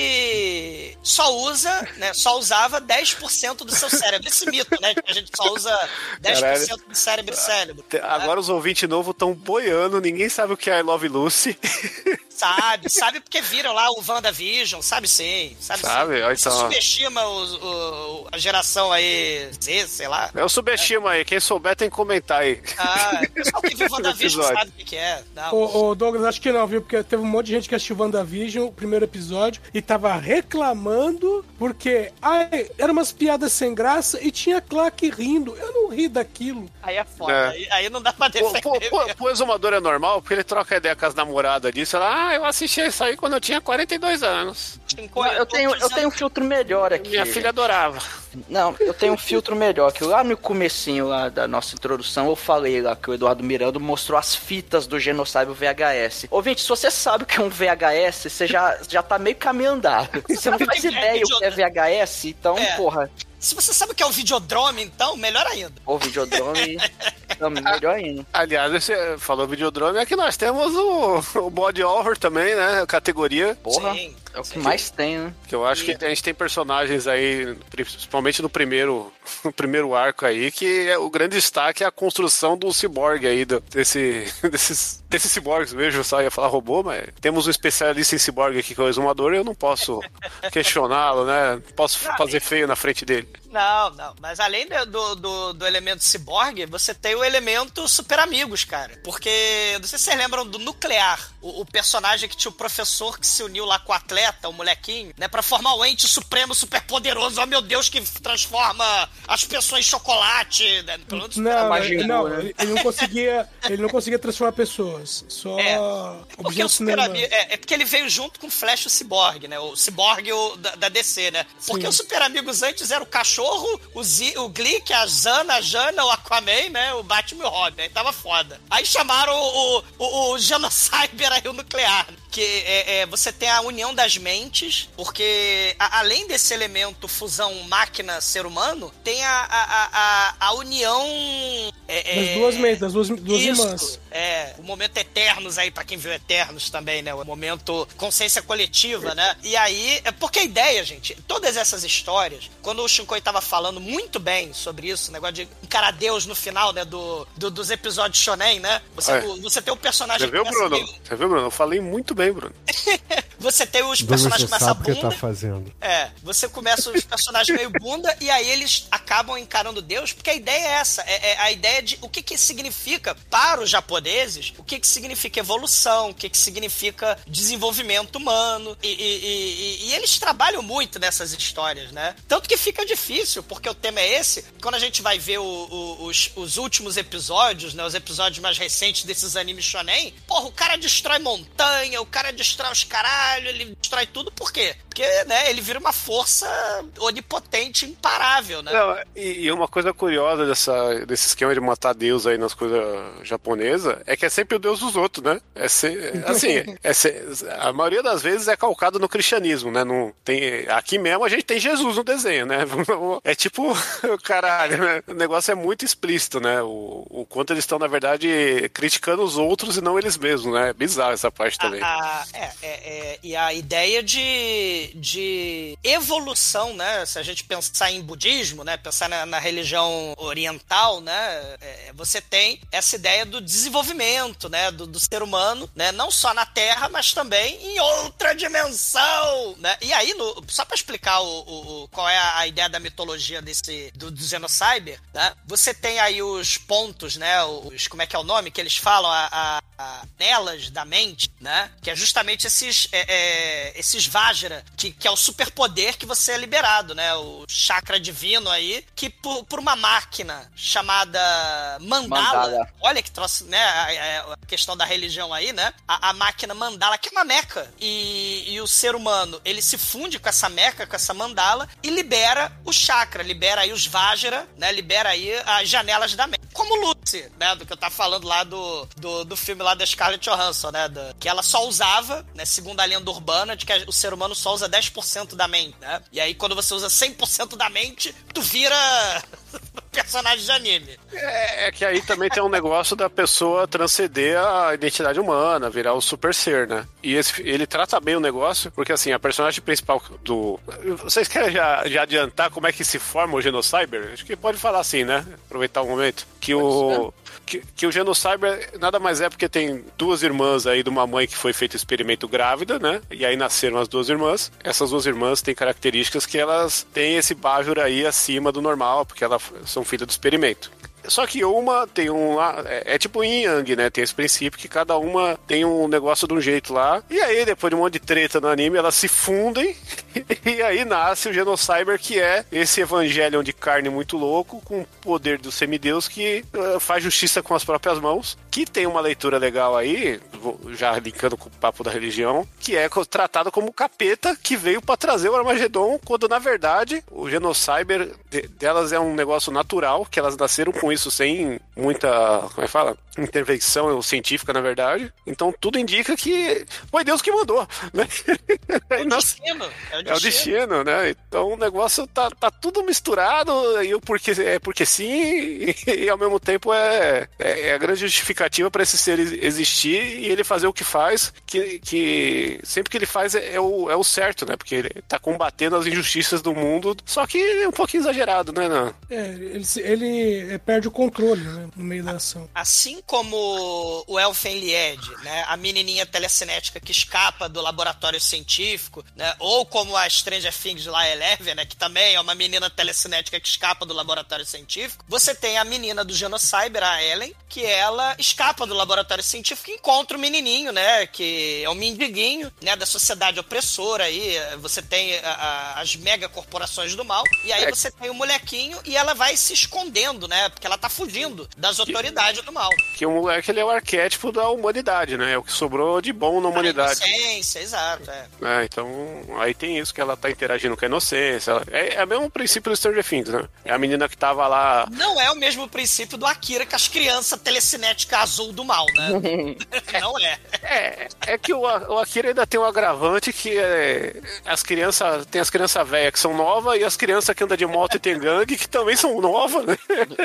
que só usava 10% do seu cérebro. Esse mito, né? Que a gente só usa 10% do cérebro. Agora os ouvintes novos estão boiando, ninguém sabe o que é I Love Lucy. Sabe porque viram lá o WandaVision, sabe sim. Sabe sim. Então... Você subestima a geração aí Z, sei lá. Eu subestimo aí, quem souber tem que comentar aí. O pessoal que viu WandaVision sabe o que é. Ô Douglas, acho que não, viu? Porque teve um monte de gente que assistiu WandaVision, o primeiro episódio, e tava reclamando porque eram umas piadas sem graça e tinha Clark rindo. Eu não ri daquilo. Aí é foda, aí não dá pra defender. O exumador é normal, porque ele troca ideia com as namoradas disso. Ela, eu assisti isso aí quando eu tinha 42 anos. Eu tenho um filtro melhor aqui. Minha filha adorava. Não, eu tenho um filtro melhor, que lá no comecinho lá da nossa introdução eu falei lá que o Eduardo Miranda mostrou as fitas do Genocyber VHS. Ouvinte, se você sabe o que é um VHS, você já tá meio caminho andado. Você não faz ideia o que é VHS, então, porra... Se você sabe o que é o Videodrome, então, melhor ainda. O Videodrome, melhor ainda. Aliás, você falou Videodrome, é que nós temos o Body Horror também, né? Categoria. Porra, sim, é o que mais tem, né? Que eu acho que a gente tem personagens aí, principalmente no primeiro arco aí, que o grande destaque é a construção do ciborgue aí, desses ciborgues mesmo. Eu só ia falar robô, mas temos um especialista em ciborgue aqui que é o exumador e eu não posso questioná-lo, né? Não posso fazer feio na frente dele. Não, mas além do elemento ciborgue, você tem o elemento super amigos, cara. Porque, não sei se vocês lembram do Nuclear, o personagem que tinha o professor que se uniu lá com o atleta, o molequinho, né, pra formar o ente supremo super poderoso, oh meu Deus, que transforma as pessoas em chocolate, né? Pelo menos ele não conseguia transformar pessoas, só porque o super amigo, porque ele veio junto com o Flash e o Cyborg, né, o Cyborg da DC, né, porque Sim. os super amigos antes eram o cachorro, o Glick, a Jana, o Aquaman, né, o Batman e o Robin, aí tava foda. Aí chamaram o Genocyber aí, o Nuclear, que você tem a união das mentes, porque além desse elemento fusão máquina-ser humano, tem a união... das duas mentes, das duas irmãs. O momento Eternos aí, pra quem viu Eternos também, né? O momento consciência coletiva, né? E aí, porque a ideia, gente, todas essas histórias, quando o Shinkoi tava falando muito bem sobre isso, o negócio de encarar Deus no final, né? Dos episódios shonen, né? Você tem o personagem... Você viu, Bruno? Eu falei muito bem, Bruno. Você tem os personagens com essa bunda. Você sabe o que tá fazendo. Você começa os personagens meio bunda e aí eles acabam encarando Deus, porque a ideia é essa, é a ideia de o que significa para os japoneses, o que significa evolução, o que significa desenvolvimento humano, e eles trabalham muito nessas histórias, né? Tanto que fica difícil, porque o tema é esse, quando a gente vai ver os últimos episódios, né, os episódios mais recentes desses animes shonen, porra, o cara destrói montanha, o cara destrói os caralho, ele destrói tudo, por quê? Porque, né, ele vira uma força onipotente, imparável, né? Não, e uma coisa curiosa desse esquema de matar Deus aí nas coisas japonesas é que é sempre o Deus dos outros, né? A maioria das vezes é calcado no cristianismo, né? Aqui mesmo a gente tem Jesus no desenho, né? É tipo, caralho, né? O negócio é muito explícito, né? O quanto eles estão, na verdade, criticando os outros e não eles mesmos, né? É bizarro essa parte também. E a ideia de evolução, né? Se a gente pensar em budismo, né? Pensar na religião oriental, né? Você tem essa ideia do desenvolvimento, né? Do ser humano, né? Não só na Terra, mas também em outra dimensão, né? E aí, só pra explicar qual é a ideia da mitologia do Genocyber, né? Você tem aí os pontos, né? Como é que é o nome que eles falam? nelas da mente, né? Que é justamente esses Vajra, que é o superpoder que você é liberado, né? O chakra divino aí, que por uma máquina chamada Mandala. Olha que troço, né? A questão da religião aí, né? A máquina Mandala, que é uma meca. E o ser humano, ele se funde com essa meca, com essa Mandala, e libera o chakra, libera aí os Vajra, né? Libera aí as janelas da mente. Como Lucy, né? Do que eu tava falando lá do filme lá da Scarlett Johansson, né? Que ela só usava, né? Segundo a lenda urbana, de que o ser humano só usa 10% da mente, né? E aí quando você usa 100% da mente, tu vira personagem de anime. É que aí também tem um negócio da pessoa transcender a identidade humana, virar o super ser, né? E ele trata bem o negócio, porque assim, a personagem principal do... Vocês querem já adiantar como é que se forma o Genocyber? Acho que pode falar assim, né? Aproveitar o momento. Que o Genocyber nada mais é porque tem duas irmãs aí de uma mãe que foi feito experimento grávida, né? E aí nasceram as duas irmãs. Essas duas irmãs têm características que elas têm esse Bajor aí acima do normal, porque elas são filhas do experimento. Só que uma tem é tipo yin yang, né? Tem esse princípio que cada uma tem um negócio de um jeito lá. E aí, depois de um monte de treta no anime, elas se fundem. E aí nasce o Genocyber, que é esse Evangelion de carne muito louco, com o poder do semideus que faz justiça com as próprias mãos. Que tem uma leitura legal aí, já linkando com o papo da religião, que é tratado como capeta que veio pra trazer o Armagedon, quando na verdade o Genocyber delas é um negócio natural, que elas nasceram com isso sem muita, como é que fala? Intervenção científica, na verdade. Então tudo indica que foi Deus que mandou, né? É o destino, né? Então o negócio tá tudo misturado, e porque sim, e ao mesmo tempo é a grande justificativa para esse ser existir e ele fazer o que faz, que sempre que ele faz é o certo, né? Porque ele tá combatendo as injustiças do mundo, só que é um pouquinho exagerado, né? Não? Ele perde o controle, né? No meio da ação. Assim como o Elfen Lied, né? A menininha telecinética que escapa do laboratório científico, né? Ou como a Stranger Things lá, Eleven, né? Que também é uma menina telecinética que escapa do laboratório científico. Você tem a menina do Genocyber, a Ellen, que ela escapa do laboratório científico e encontra o menininho, né? Que é um mendiguinho, né? Da sociedade opressora aí. Você tem as megacorporações do mal. E aí você tem o molequinho e ela vai se escondendo, né? Porque ela tá fugindo das autoridades do mal. Que o moleque, ele é o arquétipo da humanidade, né? É o que sobrou de bom na humanidade. A inocência, exato, então, aí tem isso, que ela tá interagindo com a inocência. É o mesmo princípio do Stranger Things, né? É a menina que tava lá... Não é o mesmo princípio do Akira, com as crianças telecinéticas azul do mal, né? Não é. É que o Akira ainda tem um agravante que tem as crianças velhas que são novas e as crianças que andam de moto e tem gangue que também são novas, né?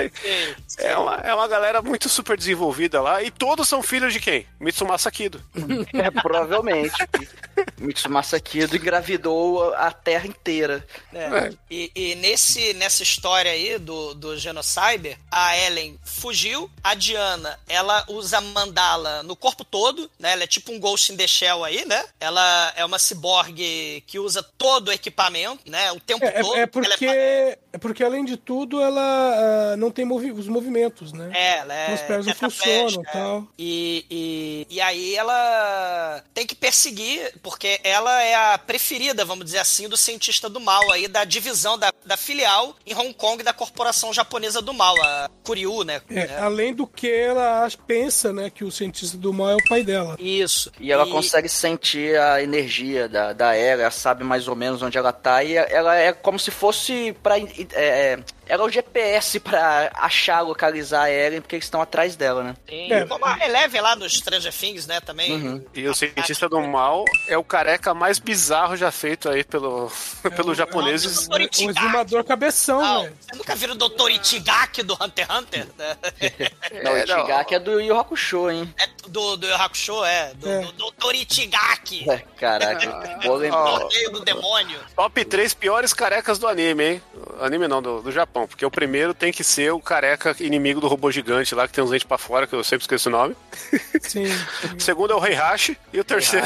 É uma galera muito super desenvolvida lá e todos são filhos de quem? Mitsumasa Kido. Provavelmente. Mitsumasa Kido engravidou a terra inteira. E nessa história aí do Genocyber, a Ellen fugiu, a Diana, ela usa mandala no corpo todo, né? Ela é tipo um Ghost in the Shell aí, né? Ela é uma ciborgue que usa todo o equipamento, né? O tempo todo. É porque, além de tudo, ela não tem os movimentos, né? Ela é... As pernas não funcionam e tal. E aí ela tem que perseguir, porque ela é a preferida, vamos dizer assim, do cientista do mal aí, da divisão da filial em Hong Kong da corporação japonesa do mal, a Kuryu, né? Além do que ela pensa, né, que o cientista do mal é o pai dela. Isso. E ela consegue sentir a energia da Ela sabe mais ou menos onde ela tá, e ela é como se fosse pra... Ela é o GPS pra localizar a Ellen, porque eles estão atrás dela, né? Como a Eleven lá nos Stranger Things, né, também. Uhum. E o cientista do mal é o careca mais bizarro já feito aí pelos japoneses. O exumador cabeção, velho. Você nunca viu o Dr. Ichigaki do Hunter x Hunter? Não, o Ichigaki é do Yu Hakusho, hein? É do Yu Hakusho, do Dr. Ichigaki. Caraca, vou lembrar. Do demônio. Top 3 piores carecas do anime, hein? Anime não, do Japão, porque o primeiro tem que ser o careca inimigo do robô gigante lá, que tem os dentes pra fora, que eu sempre esqueço o nome. Sim. O segundo é o Heihachi, e o terceiro...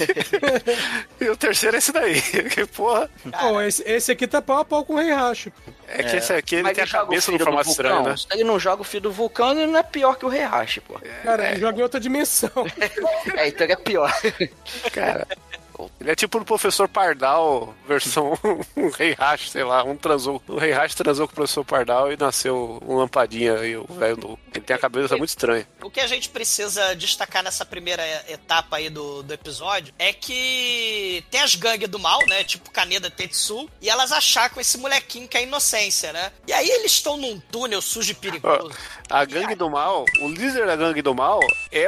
e o terceiro é esse daí. Que porra... Pô, esse aqui tá pau a pau com o Heihachi. É que esse aqui, ele Mas tem a joga o cabeça filho no formato do estranho, vulcão. né? Se ele não joga o filho do vulcão, ele não é pior que o Heihachi, pô. Cara, ele joga em outra dimensão. Então ele é pior. Cara... Ele é tipo o professor Pardal, versão um Heihachi, sei lá, o Heihachi transou com o professor Pardal e nasceu um lampadinha e o velho, ele tem a cabeça muito estranha. O que a gente precisa destacar nessa primeira etapa aí do episódio é que tem as gangues do mal, né, tipo Kaneda Tetsu, e elas achacam esse molequinho que é inocência, né? E aí eles estão num túnel sujo e perigoso. A gangue do mal, o líder da gangue do mal é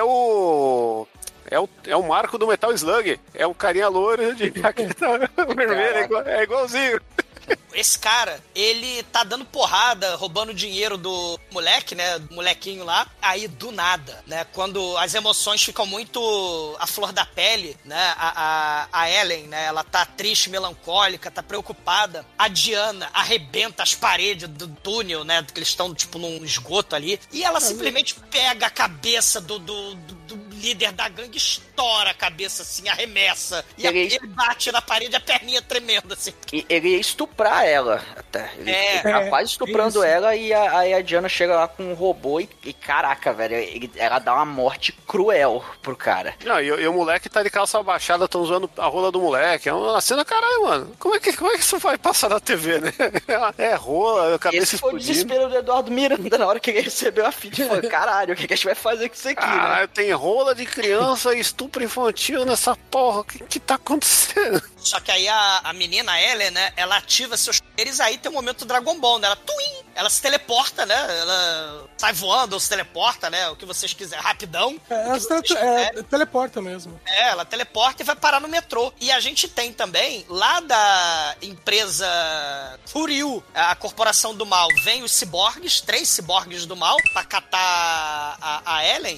o Marco do Metal Slug. É o carinha loiro de jaqueta vermelha, é igualzinho. Esse cara, ele tá dando porrada, roubando dinheiro do moleque, né? Do molequinho lá. Aí, do nada, né? Quando as emoções ficam muito à flor da pele, né? A Ellen, né? Ela tá triste, melancólica, tá preocupada. A Diana arrebenta as paredes do túnel, né? Que eles estão, tipo, num esgoto ali. E ela simplesmente pega a cabeça do líder da gangue, estoura a cabeça, assim, arremessa. E ele bate na parede, a perninha tremendo, assim. E ele ia estuprar ela, até. Ele tá quase estuprando ela e a Diana chega lá com um robô e caraca, velho, ela dá uma morte cruel pro cara. Não, e o moleque tá de calça baixada, tão usando a rola do moleque. É uma cena, caralho, mano. Como é que isso vai passar na TV, né? É rola, a cabeça Esse foi explodindo. o desespero do Eduardo Miranda na hora que ele recebeu a fita. Ele falou, caralho, o que a gente vai fazer com isso aqui, né? Tem rola de criança e estupro infantil nessa porra. O que tá acontecendo? Só que aí a menina Ellen, né, ela ativa seus poderes, aí tem o momento Dragon Ball, né? Ela se teleporta, né? Ela sai voando ou se teleporta, né? O que vocês quiserem, rapidão. Ela teleporta mesmo. Ela teleporta e vai parar no metrô. E a gente tem também, lá da empresa Furyu, a corporação do mal, vem os ciborgues, 3 ciborgues do mal, pra catar a Ellen,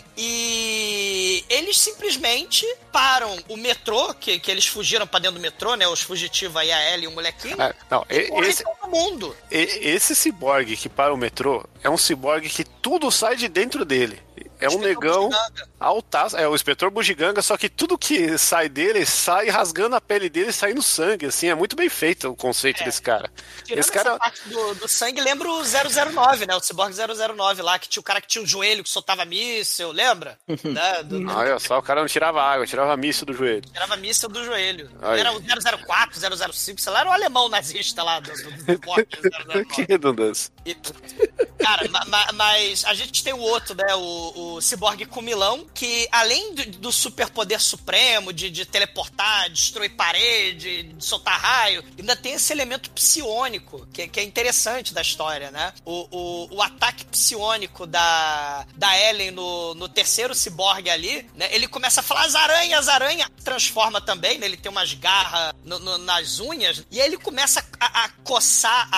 e eles simplesmente param o metrô, que eles fugiram pra dentro do metrô, né? Os fugitivos aí, a Ellie e o molequinho. Todo mundo. Esse ciborgue que para o metrô é um ciborgue que tudo sai de dentro dele. É um negão altaço, é o Inspetor Bugiganga, só que tudo que sai dele sai rasgando a pele dele e saindo sangue, assim, é muito bem feito o conceito desse cara. Esse cara essa parte do sangue lembra o 009, né? O Cyborg 009 lá, que tinha o cara que tinha um joelho que soltava míssil, lembra? Né? Olha só, o cara não tirava água, tirava míssil do joelho. Tirava míssil do joelho. Aí. Era o 004, 005, sei lá, era o alemão nazista lá do Cyborg 009. Que redundância. Cara, mas a gente tem o outro, né? O Cyborg Cumilão, que além do superpoder supremo, de teleportar, destruir parede, de soltar raio, ainda tem esse elemento psiônico, que é interessante da história, né? O ataque psiônico da Ellen no terceiro Cyborg ali, né? Ele começa a falar as aranhas, transforma também, né? Ele tem umas garras nas unhas, e aí ele começa a coçar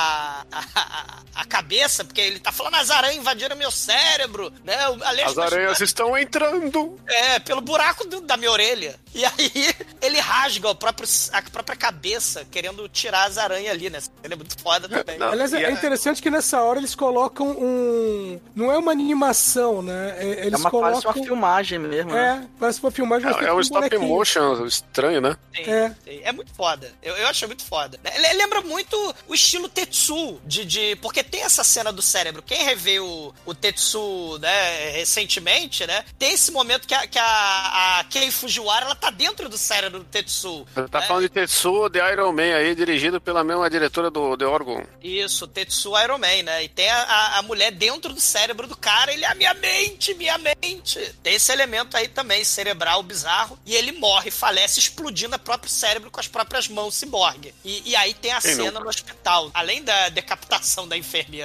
a cabeça, porque ele tá falando as aranhas invadiram meu cérebro, né? As aranhas estão entrando. Pelo buraco da minha orelha. E aí ele rasga a própria cabeça, querendo tirar as aranhas ali, né? Ele é muito foda também. Aliás, é interessante que nessa hora eles colocam não é uma animação, né? Eles parece uma filmagem mesmo, né? Parece uma filmagem. É um stop motion estranho, né? É muito foda. Eu achei muito foda. Ele lembra muito o estilo Tetsu, porque tem essa cena do cérebro. Quem revê o Tetsu, né, recentemente, né, tem esse momento que a Kei Fujiwara, ela tá dentro do cérebro do Tetsu. Tá falando de Tetsu, The Iron Man aí, dirigido pela mesma diretora do The Orgon. Isso, Tetsu Iron Man, né, e tem a mulher dentro do cérebro do cara, ele é minha mente. Tem esse elemento aí também, cerebral, bizarro, e ele morre, falece, explodindo o próprio cérebro com as próprias mãos ciborgue. E aí tem a cena no hospital, além da decapitação da enfermeira, que é um troço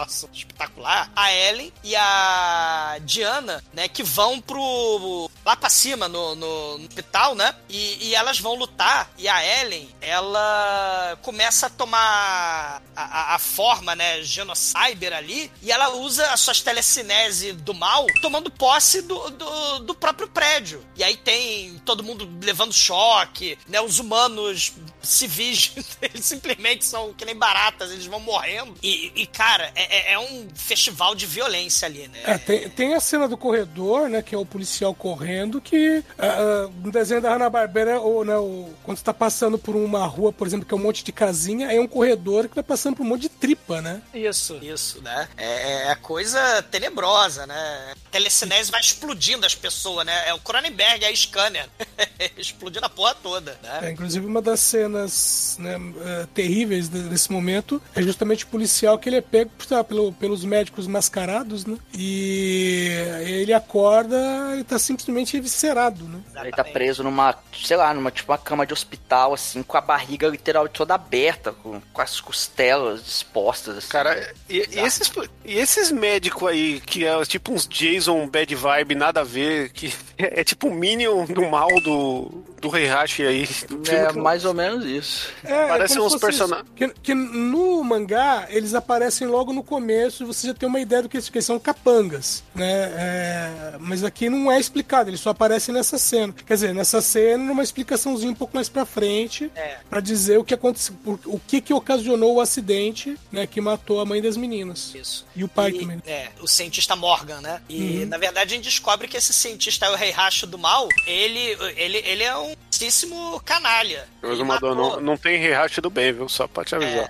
troço espetacular, a Ellen e a Diana, né, que vão lá pra cima no hospital, né, e elas vão lutar, e a Ellen, ela começa a tomar a forma, né, Genocyber ali, e ela usa as suas telecinese do mal, tomando posse do próprio prédio. E aí tem todo mundo levando choque, né, os humanos civis, eles simplesmente são que nem baratas, eles vão morrendo. E cara, é um festival de violência ali, né? Tem a cena do corredor, né, que é o policial correndo, que no desenho da Hanna-Barbera, quando você tá passando por uma rua, por exemplo, que é um monte de casinha, é um corredor que vai passando por um monte de tripa, né? Isso, né? É coisa tenebrosa, né? A telecinese vai explodindo as pessoas, né? É o Cronenberg, é a Scanner. Explodindo a porra toda, né? Inclusive, uma das cenas, né, terríveis desse momento é justamente o policial que ele é pego pelos médicos mascarados, né? E ele acorda e tá simplesmente eviscerado, né? Ele tá preso numa tipo uma cama de hospital, assim, com a barriga literal toda aberta, com as costelas expostas, assim. Cara, e esses médicos aí, que é tipo uns Jason bad vibe, nada a ver, que é tipo o Minion do mal do Heihachi aí. Mais ou menos isso. Parecem uns personagens. Que no mangá, eles aparecem logo no começo e você já tem uma ideia do que eles são capangas, né? Mas aqui não é explicado, eles só aparecem nessa cena. Quer dizer, nessa cena, numa explicaçãozinha um pouco mais pra frente, pra dizer o que aconteceu, o que ocasionou o acidente, né, que matou a mãe das meninas. Isso. E o pai também. O cientista Morgan, né? E, na verdade, a gente descobre que esse cientista é o Heihachi do mal, ele é um muitíssimo canalha. Não tem Heihachi do bem, viu? Só pra te avisar.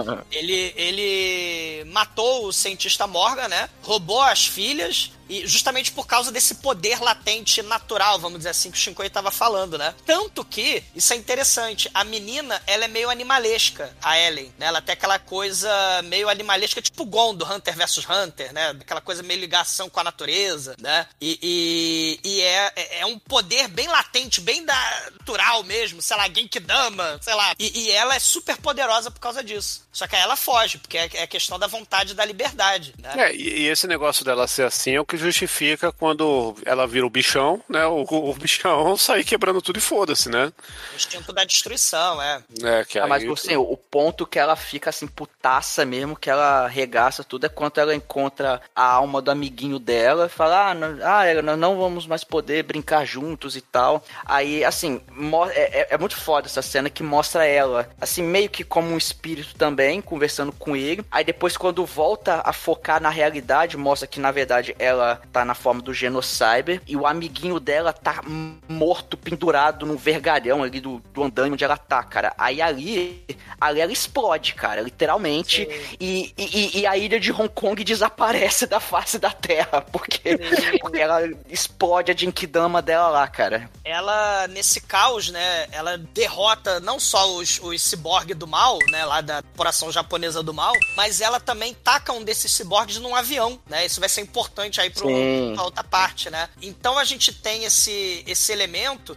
Ele matou o cientista Morgan, né? Roubou as filhas, e justamente por causa desse poder latente natural, vamos dizer assim, que o Shinkoi estava falando, né? Tanto que, isso é interessante, a menina, ela é meio animalesca, a Ellen, né? Ela tem aquela coisa meio animalesca, tipo Gon do Hunter vs Hunter, né? Aquela coisa meio ligação com a natureza, né? E é um poder bem latente, bem natural mesmo, sei lá, Genkidama, sei lá. E ela é super poderosa por causa disso. Só que aí ela foge, porque é questão da vontade e da liberdade, né? E esse negócio dela ser assim é o que justifica quando ela vira o bichão, né? O bichão sair quebrando tudo e foda-se, né? O instinto da destruição, Mas assim, o ponto que ela fica assim, putaça mesmo, que ela regaça tudo, é quando ela encontra a alma do amiguinho dela e fala, nós não vamos mais poder brincar juntos e tal. Aí, assim, é muito foda essa cena que mostra ela, assim, meio que como um espírito também, conversando com ele. Aí depois, quando volta a focar na realidade, mostra que, na verdade, ela tá na forma do Genocyber e o amiguinho dela tá morto, pendurado num vergalhão ali do andaime onde ela tá, cara. Aí ali ela explode, cara, literalmente. E a ilha de Hong Kong desaparece da face da Terra, porque ela explode a Genkidama dela lá, cara. Ela, nesse caos, né, ela derrota não só os ciborgues do mal, né, lá da corporação japonesa do mal, mas ela também taca um desses ciborgues num avião, né? Isso vai ser importante aí pra outra parte, né? Então a gente tem esse elemento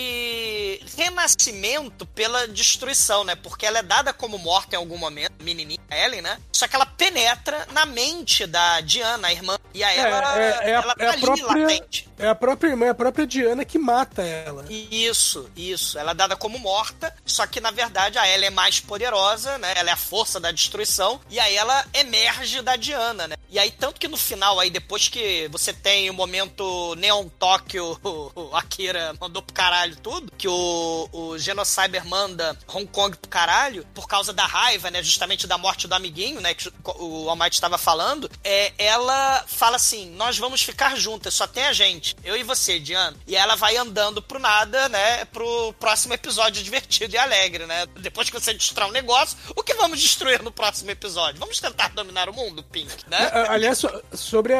de renascimento pela destruição, né? Porque ela é dada como morta em algum momento, a menininha Ellen, né? Só que ela penetra na mente da Diana, a irmã, e aí ela tá ali latente. É a própria irmã, é a própria Diana que mata ela. Isso. Ela é dada como morta, só que na verdade a Ellen é mais poderosa, né? Ela é a força da destruição, e aí ela emerge da Diana, né? E aí, tanto que no final, aí depois que você tem o momento Neon Tóquio, o Akira mandou pro caralho tudo, que o Genocyber manda Hong Kong pro caralho, por causa da raiva, né? Justamente da morte do amiguinho, né? Que o All Might estava falando, ela fala assim, nós vamos ficar juntas, só tem a gente, eu e você, Diana. E ela vai andando pro nada, né? Pro próximo episódio divertido e alegre, né? Depois que você destrói um negócio, o que vamos destruir no próximo episódio? Vamos tentar dominar o mundo, Pink, né? Aliás, sobre a Diana,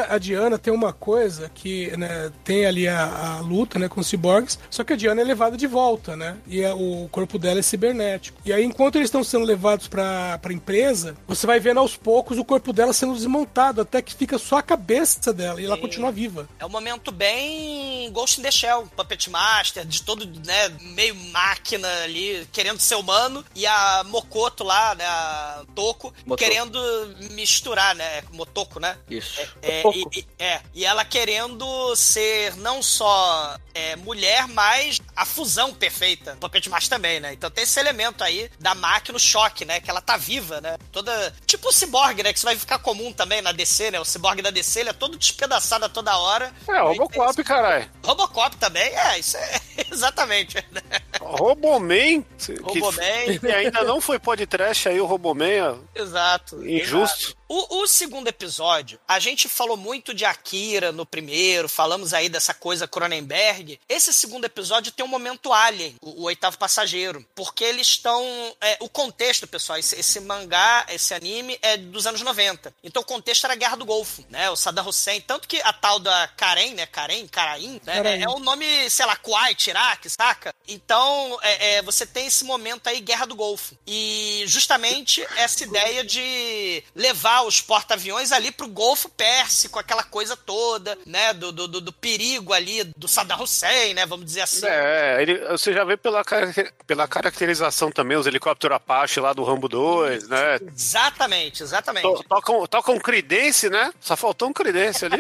Diana tem uma coisa que, né, tem ali a luta, né, com os ciborgues, só que a Diana é levada de volta, né? E o corpo dela é cibernético. E aí, enquanto eles estão sendo levados pra empresa, você vai vendo aos poucos o corpo dela sendo desmontado, até que fica só a cabeça dela e ela continua viva. É um momento bem Ghost in the Shell, Puppet Master, de todo, né, meio máquina ali, querendo ser humano, e a Mokoto lá, né, a Toko, querendo misturar, né, Motoko, né? Isso. E ela querendo ser não só mulher, mas a fusão perfeita. Puppet Master também, né? Então tem esse elemento aí da máquina, o choque, né? Que ela tá viva, né? Toda... Tipo o Cyborg, né? Que isso vai ficar comum também na DC, né? O Cyborg da DC, ele é todo despedaçado a toda hora. Robocop, caralho. Robocop também, isso é... Exatamente. Né? Roboman. Roboman. Que ainda não foi podcast aí, o Roboman. Exato. Injusto. Exato. O segundo episódio, a gente falou muito de Akira no primeiro, falamos aí dessa coisa Cronenberg. Esse segundo episódio tem um momento Alien, o Oitavo Passageiro, porque eles estão... o contexto, pessoal, esse mangá, esse anime é dos anos 90. Então o contexto era a Guerra do Golfo, né? O Saddam Hussein. Tanto que a tal da Karen, né? Karain, né? É um nome, sei lá, Kuwait, Iraque, saca? Então você tem esse momento aí, Guerra do Golfo. E justamente essa ideia de levar os porta-aviões ali pro Golfo Pérsico, aquela coisa toda, né, do perigo ali do Saddam Hussein, né, vamos dizer assim. Você já vê pela caracterização também, os helicópteros Apache lá do Rambo 2, né? Exatamente. Tocam Creedence, né? Só faltou um Creedence ali.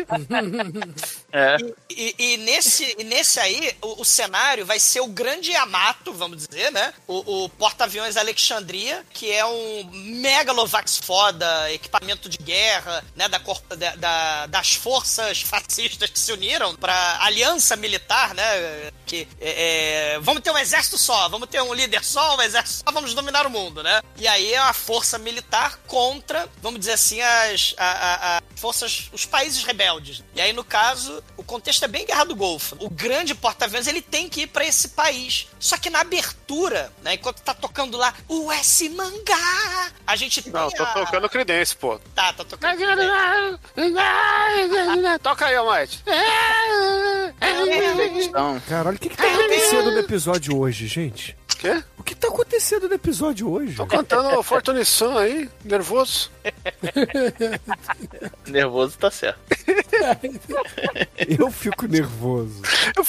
E nesse aí, o cenário vai ser o grande Yamato, vamos dizer, né? O porta-aviões Alexandria, que é um megalovax foda, equipamento de guerra, né? Das forças fascistas que se uniram pra aliança militar, né? Que vamos ter um exército só, vamos ter um líder só, um exército só, vamos dominar o mundo, né? E aí é uma força militar contra, vamos dizer assim, as forças, os países rebeldes. E aí, no caso, o contexto é bem Guerra do Golfo. O grande porta-aviões, ele tem que ir pra esse país. Só que na abertura, né, enquanto tá tocando lá o S Mangá, a gente tem tô tocando Creedence, pô. Tá tocando Toca aí, Almighty. Caralho, o que tá acontecendo no episódio hoje, gente? Quê? O que tá acontecendo no episódio hoje? Tô cantando Fortune Sun aí, nervoso. Nervoso tá certo. Eu fico nervoso.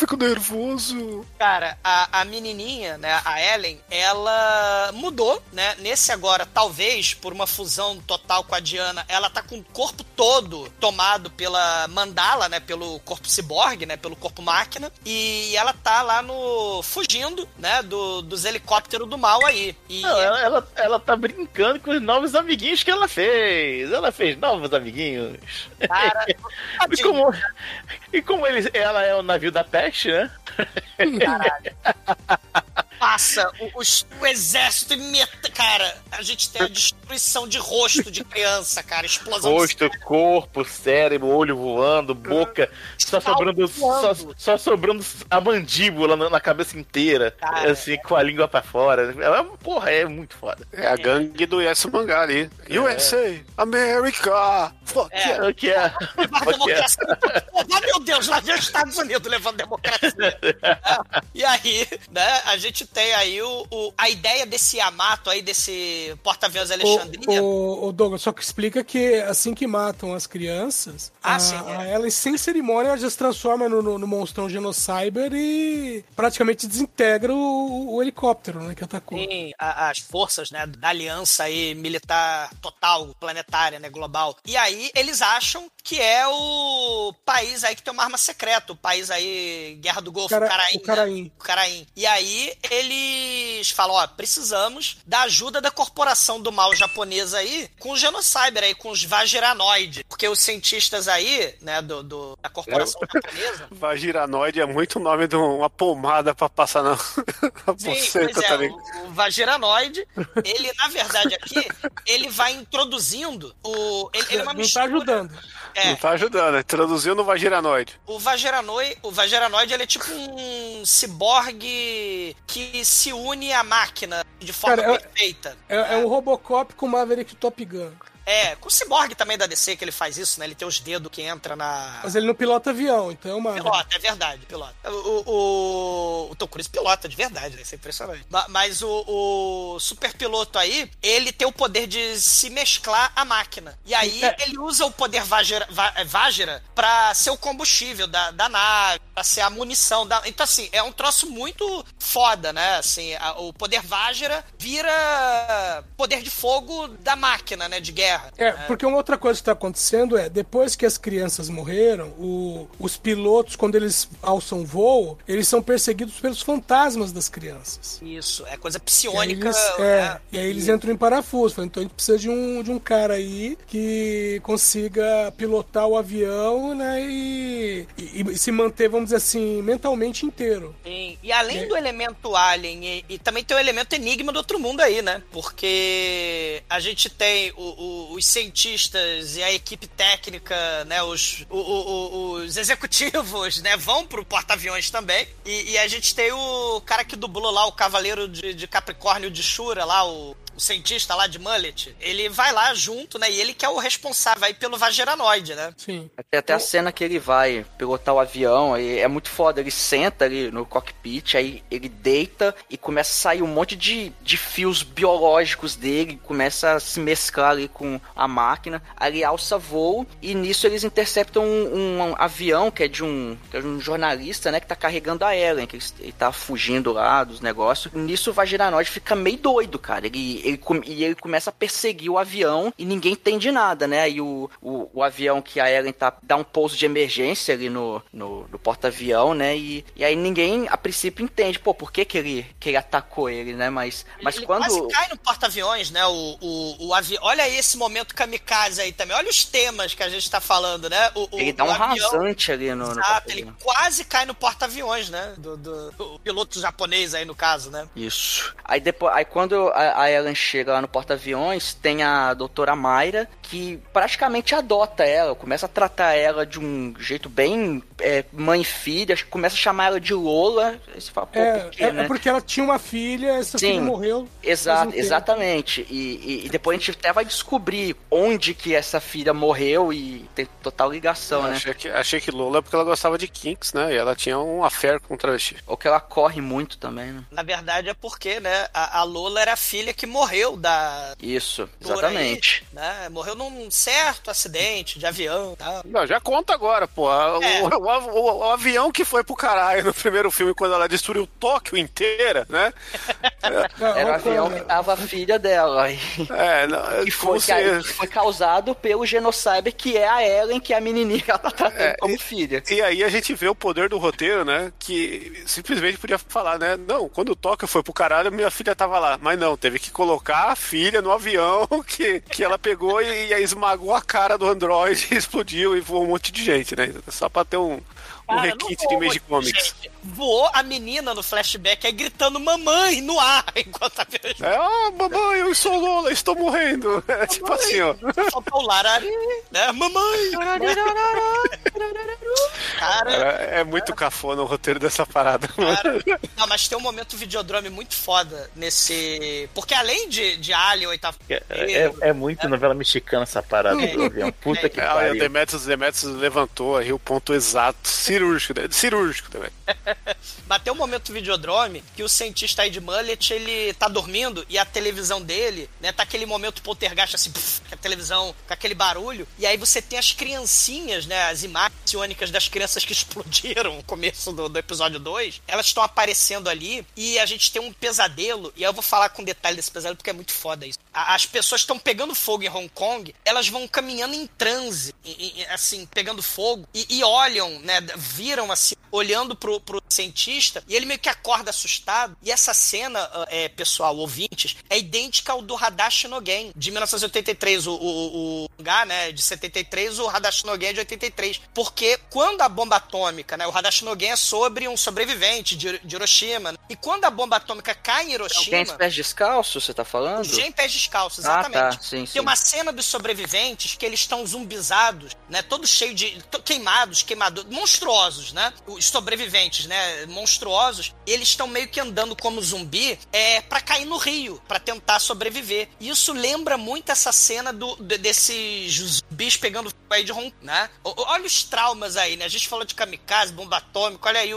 Cara, a menininha, né, a Ellen, ela mudou, né, nesse agora, talvez por uma fusão total com a Diana, ela tá com o corpo todo tomado pela mandala, né, pelo corpo ciborgue, né, pelo corpo máquina, e ela tá lá fugindo, né, dos helicópteros do mal aí. E não, ela tá brincando com os novos amiguinhos que ela fez. Ela fez novos amiguinhos. Cara, como ela é o navio da peste, né? Caralho. Passa o exército e cara, a gente tem a destruição de rosto de criança, cara, explosão rosto, corpo, cérebro, olho voando, boca, só sobrando a mandíbula na cabeça inteira, cara, assim, com a língua pra fora. Porra, é muito foda. É a gangue do Yes Mangá ali. USA, America, fuck yeah. Que é? Meu Deus, lá vem os Estados Unidos levando democracia. E aí, né, a gente tem aí a ideia desse Yamato aí, desse porta-aviões Alexandria. O Douglas, só que explica que assim que matam as crianças, elas sem cerimônia já se transformam no monstrão Genocyber e praticamente desintegra o helicóptero, né, que atacou. Sim, as forças, né, da aliança aí militar total, planetária, né, global. E aí eles acham que é o país aí que tem uma arma secreta, o país aí, Guerra do Golfo, o Caraim. E aí eles falam, precisamos da ajuda da corporação do mal japonesa aí, com o Genocyber aí, com os Vagiranoid, porque os cientistas aí, né, da corporação japonesa... Vagiranoid é muito nome de uma pomada pra passar na boceta, tá ligado? O Vagiranoid, ele, na verdade, aqui, ele vai introduzindo ele é uma mistura... Não tá ajudando. Não tá ajudando, traduzindo o Vagiranoid. O Vagiranoid, ele é tipo um ciborgue que se une à máquina de forma perfeita. É um Robocop com Maverick Top Gun. Com o Cyborg também da DC que ele faz isso, né? Ele tem os dedos que entra na... Mas ele não pilota avião, então é uma... Pilota, é verdade, pilota. O Tom Cruise pilota de verdade, né? Isso é impressionante. Mas o super piloto aí, ele tem o poder de se mesclar à máquina. E aí ele usa o poder Vajra pra ser o combustível da nave, pra ser a munição da... Então, assim, é um troço muito foda, né? Assim, o poder Vajra vira poder de fogo da máquina, né? De guerra. Porque uma outra coisa que tá acontecendo depois que as crianças morreram, os pilotos, quando eles alçam voo, eles são perseguidos pelos fantasmas das crianças. Isso, é coisa psionica. E aí eles entram em parafuso. Então a gente precisa de um cara aí que consiga pilotar o avião, né? E se manter, vamos dizer assim, mentalmente inteiro. Sim. E além do elemento alien, e também tem o elemento enigma do outro mundo aí, né? Porque a gente tem os cientistas e a equipe técnica, né? Os executivos, né? Vão pro porta-aviões também. E a gente tem o cara que dublou lá o Cavaleiro de Capricórnio de Shura, lá, o cientista lá de Mullet, ele vai lá junto, né? E ele que é o responsável aí pelo Vageranoide, né? Sim. Tem até a cena que ele vai pilotar o avião, aí é muito foda. Ele senta ali no cockpit, aí ele deita e começa a sair um monte de fios biológicos dele, começa a se mesclar ali com a máquina. Aí ele alça voo e nisso eles interceptam um avião que é de um jornalista, né? Que tá carregando a Ellen, que ele tá fugindo lá dos negócios. Nisso o Vageranoide fica meio doido, cara. Ele começa a perseguir o avião e ninguém entende nada, né? E o avião que a Ellen dá um pouso de emergência ali no porta-avião, né? E aí ninguém, a princípio, entende, por que ele atacou ele, né? Mas ele quando... quase cai no porta-aviões, né? O avião... Olha aí esse momento kamikaze aí também. Olha os temas que a gente tá falando, né? Ele dá um avião... rasante ali no Exato, ele quase cai no porta-aviões, né? Do piloto japonês aí, no caso, né? Isso. Aí quando a Ellen chega lá no porta-aviões, tem a doutora Mayra, que praticamente adota ela, começa a tratar ela de um jeito bem mãe e filha, começa a chamar ela de Lola. Você fala, por quê, né? Porque ela tinha uma filha, essa filha morreu. Exatamente. E depois a gente até vai descobrir onde que essa filha morreu e tem total ligação, né? Achei que Lola é porque ela gostava de Kinks, né? E ela tinha um affair com o travesti. Ou que ela corre muito também, né? Na verdade é porque, né, a Lola era a filha que morreu da... Isso, exatamente. Aí, né? Morreu num certo acidente de avião e tal. Não, já conta agora, pô. O avião que foi pro caralho no primeiro filme, quando ela destruiu Tóquio inteira, né? Era o avião que tava a filha dela. Que foi causado pelo Genocyber, que é a Ellen, que é a menininha que ela tá tratando como filha. E aí a gente vê o poder do roteiro, né? Que simplesmente podia falar, né? Não, quando o Tóquio foi pro caralho, minha filha tava lá. Mas não, teve que colocar a filha no avião que ela pegou e esmagou a cara do androide e explodiu e voou um monte de gente, né? Só pra ter um requinte de Image Comics. Voou a menina no flashback aí gritando mamãe no ar enquanto a mamãe, eu sou Lola, estou morrendo. Tipo assim, ó. Faltou o Larari, né? Mamãe! Cara, é muito cafona o roteiro dessa parada. Cara, não, mas tem um momento Videodrome muito foda nesse... Porque além de Alien, oitavo... É muito novela mexicana essa parada do avião. Puta que pariu. O Demetrius levantou aí o ponto exato, cirúrgico também. Bateu um momento Videodrome que o cientista aí de Mullet, ele tá dormindo e a televisão dele, né, tá aquele momento poltergeist assim, a televisão com aquele barulho, e aí você tem as criancinhas, né, as imagens psiônicas das crianças que explodiram no começo do episódio 2, elas estão aparecendo ali e a gente tem um pesadelo, e eu vou falar com detalhe desse pesadelo porque é muito foda isso. As pessoas estão pegando fogo em Hong Kong, elas vão caminhando em transe, assim, pegando fogo, e olham, né, viram assim, olhando pro cientista, e ele meio que acorda assustado, e essa cena, pessoal, ouvintes, é idêntica ao do Hadashi no Gen, de 1983, o mangá, né, de 73, o Hadashi no Gen de 83, porque porque quando a bomba atômica, né, o Hadashi no Gen é sobre um sobrevivente de Hiroshima, né, e quando a bomba atômica cai em Hiroshima... Alguém pés descalços, você tá falando? Gen pés descalços, exatamente. Tá. Sim. Tem uma cena dos sobreviventes que eles estão zumbizados, né, todos cheios de... queimados, monstruosos, né, os sobreviventes, né, monstruosos, eles estão meio que andando como zumbi pra cair no rio, pra tentar sobreviver. E isso lembra muito essa cena desses zumbis pegando fogo aí de Hong Kong, né? Olha os traumas aí, né? A gente falou de kamikaze, bomba atômica, olha aí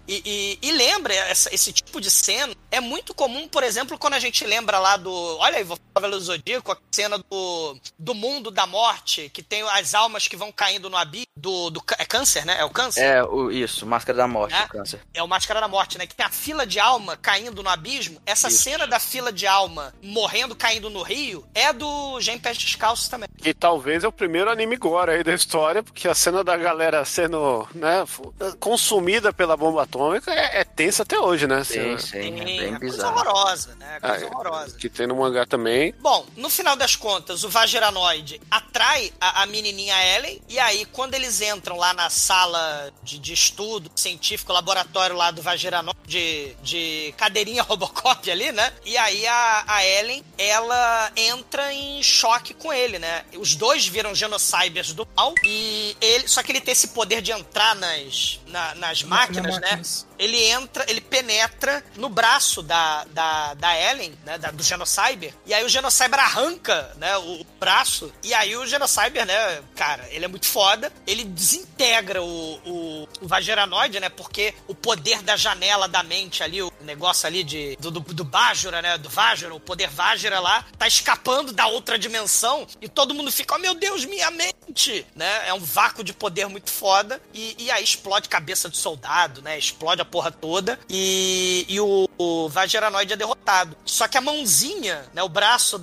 e lembra esse tipo de cena. É muito comum, por exemplo, quando a gente lembra lá do... Olha aí, vou falar do Zodíaco, a cena do mundo da morte, que tem as almas que vão caindo no abismo, é câncer, né? É o câncer? Isso, Máscara da Morte, o câncer. É o Máscara da Morte, né? Que tem a fila de alma caindo no abismo. Essa cena da fila de alma morrendo, caindo no rio, é do Gen Pés Descalços também. Que talvez é o primeiro anime gore aí da história, porque a cena da galera sendo, né, consumida pela bomba atômica é tensa até hoje, né? Sim, é bem bizarro. Coisa horrorosa, né? Coisa horrorosa. Que tem no mangá também. Bom, no final das contas, o Vagiranoid atrai a menininha Ellen, e aí, quando eles entram lá na sala de estudo científico, laboratório lá do Vagiranoid, de cadeirinha Robocop ali, né? E aí a Ellen, ela entra em choque com ele, né? Os dois viram genocybers do mal, e só que ele tem esse poder de entrar nas máquinas, né? Ele penetra no braço da Ellen, né? Do Genocyber, e aí o Genocyber arranca, né? O braço, e aí o Genocyber, né? Cara, ele é muito foda, ele desintegra o Vagiranoid, né? Porque o poder da janela da mente ali, o negócio ali do Bajura, né? Do Vajura, o poder Vajra lá, tá escapando da outra dimensão, e todo mundo fica, oh meu Deus, minha mente, né? É um vácuo de poder muito foda, e aí explode cabeça de soldado, né? Explode a porra toda, e o Vagiranoid é derrotado. Só que a mãozinha, né? O braço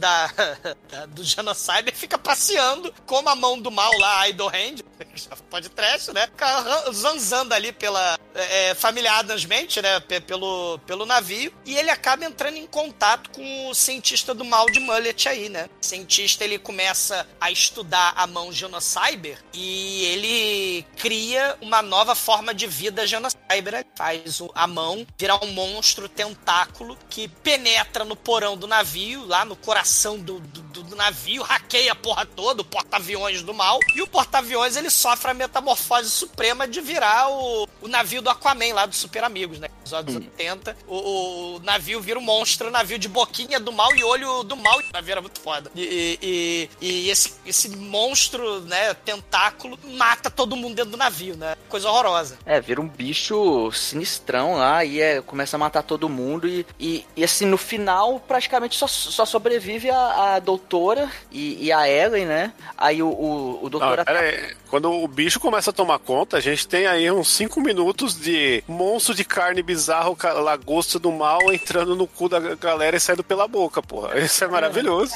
do Genocyber fica passeando como a mão do mal lá, Idle Hand, pode trash, né? Fica zanzando ali pela família Addams mente, né? Pelo navio, e ele acaba entrando em contato com o cientista do mal de Mullet aí, né? O cientista, ele começa a estudar a mão Genocyber, e ele cria uma nova forma de vida Genocyber. Ele faz a mão virar um monstro tentáculo que penetra no porão do navio, lá no coração do navio, hackeia a porra toda, o porta-aviões do mal, e o porta-aviões, ele sofre a metamorfose suprema de virar o navio do Aquaman lá dos Super Amigos, né? Episódios 80, o navio vira um monstro, o navio de boquinha do mal e olho do mal, o navio era muito foda. E esse monstro, né, tentáculo, mata todo mundo dentro do navio, né? Coisa horrorosa. Vira um bicho sinistrão lá e começa a matar todo mundo e assim, no final, praticamente só sobrevive a doutora e a Ellen, né? Aí o doutor... Quando o bicho começa a tomar conta, a gente tem aí uns 5 minutos de monstro de carne bizarro, lagosta do mal, entrando no cu da galera e saindo pela boca, porra. Isso é maravilhoso.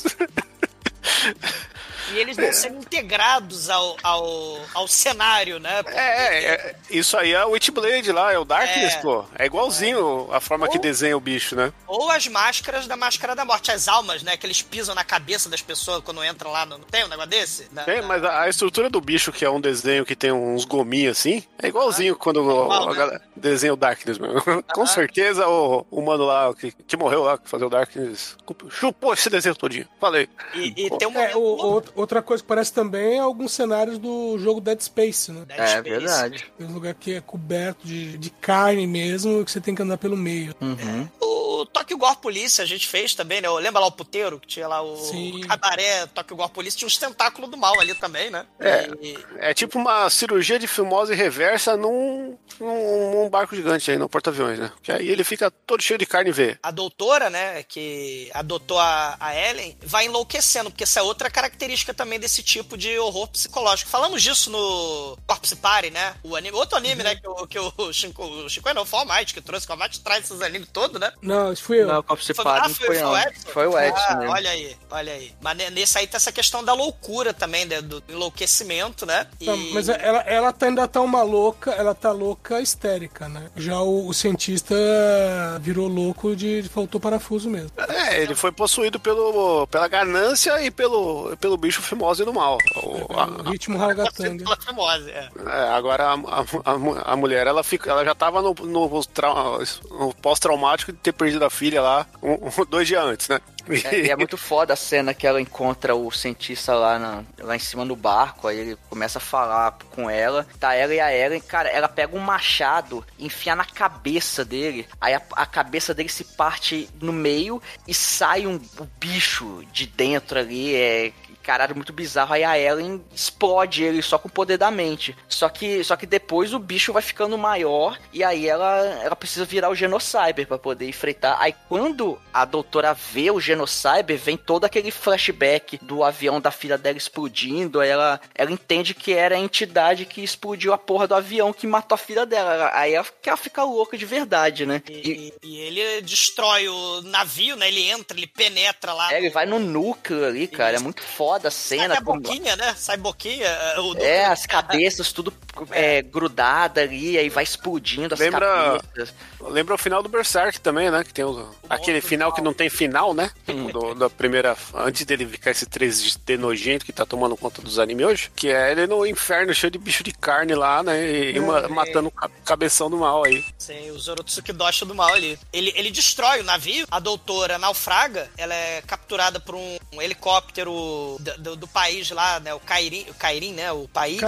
E eles vão sendo integrados ao cenário, né? Isso aí é o Witchblade lá, é o Darkness, pô. É igualzinho a forma que desenha o bicho, né? Ou as máscaras da Máscara da Morte, as almas, né? Que eles pisam na cabeça das pessoas quando entram lá. Não tem um negócio desse? Tem, mas a estrutura do bicho, que é um desenho que tem uns gominhos assim, é igualzinho quando a galera desenha o Darkness, mesmo. Com certeza o mano lá que morreu lá, que fazia o Darkness, chupou esse desenho todinho. Falei. E tem um outra coisa que parece também é alguns cenários do jogo Dead Space, né? Verdade. É um lugar que é coberto de carne mesmo, que você tem que andar pelo meio. Uhum. O Tokyo Gore Police a gente fez também, né? Lembra lá o puteiro, que tinha lá o cabaré Tokyo Gore Police, tinha uns tentáculos do mal ali também, né? É tipo uma cirurgia de fimose reversa num barco gigante aí, no porta-aviões, né? Que aí ele fica todo cheio de carne e veia. A doutora, né, que adotou a Ellen, vai enlouquecendo, porque essa é outra característica também desse tipo de horror psicológico. Falamos disso no Corpse Party, né? Outro anime, né, que o Chico não, o Fall Might, que trouxe, o Fall Might traz esses animes todos, né? Não, Não, isso fui eu. Não, Corpo Cipado não. Foi o Edson mesmo. Olha aí. Mas nesse aí tá essa questão da loucura também, do enlouquecimento, né? Mas ela ainda tá uma louca, ela tá louca histérica, né? Já o cientista virou louco de faltou parafuso mesmo. Ele foi possuído pela ganância e pelo bicho fimose do mal. O ritmo ragatanga. Agora a mulher, ela já tava no pós-traumático de ter perdido a filha lá 2 dias antes, né? É muito foda a cena que ela encontra o cientista lá em cima do barco, aí ele começa a falar com ela, tá ela e a Ellen, cara, ela pega um machado e enfia na cabeça dele, aí a cabeça dele se parte no meio e sai um bicho de dentro ali, caralho, muito bizarro. Aí a Ellen explode ele só com o poder da mente. Só que depois o bicho vai ficando maior e aí ela precisa virar o Genocyber pra poder enfrentar. Aí quando a doutora vê o Genocyber, vem todo aquele flashback do avião da filha dela explodindo. Aí ela entende que era a entidade que explodiu a porra do avião que matou a filha dela. Aí ela fica louca de verdade, né? E ele destrói o navio, né? Ele entra, ele penetra lá. Ele vai no núcleo ali, cara. É muito foda a cena. Sai boquinha, né? Sai boquinha. As cabeças tudo grudada ali, aí vai explodindo as cabeças. Lembra o final do Berserk também, né? Que tem aquele final que não tem final, né? Da primeira... Antes dele ficar esse 3D nojento que tá tomando conta dos animes hoje. Que é ele no inferno cheio de bicho de carne lá, né? E matando o cabeção do mal aí. Sim, o Zorotsukidoshi do mal ali. Ele destrói o navio, a doutora naufraga, ela é capturada por um helicóptero do país lá, né? O Kairin, né? O país.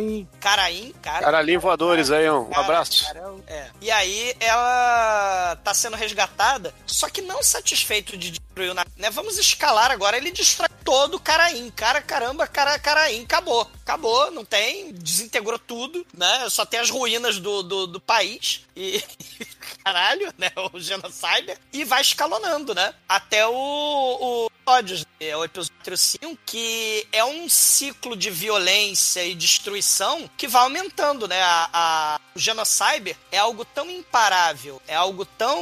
Caralim voadores aí, um abraço. E aí ela tá sendo resgatada, só que não satisfeito de destruir o navio, né? Vamos escalar agora, ele destrói todo o Caraim. Caraim, acabou, não tem, desintegrou tudo, né? Só tem as ruínas do país e caralho, né? O Genocyber, e vai escalonando, né? Até o episódio 5, que é um ciclo de violência e destruição que vai aumentando, né? O Genocyber é algo tão imparável, é algo tão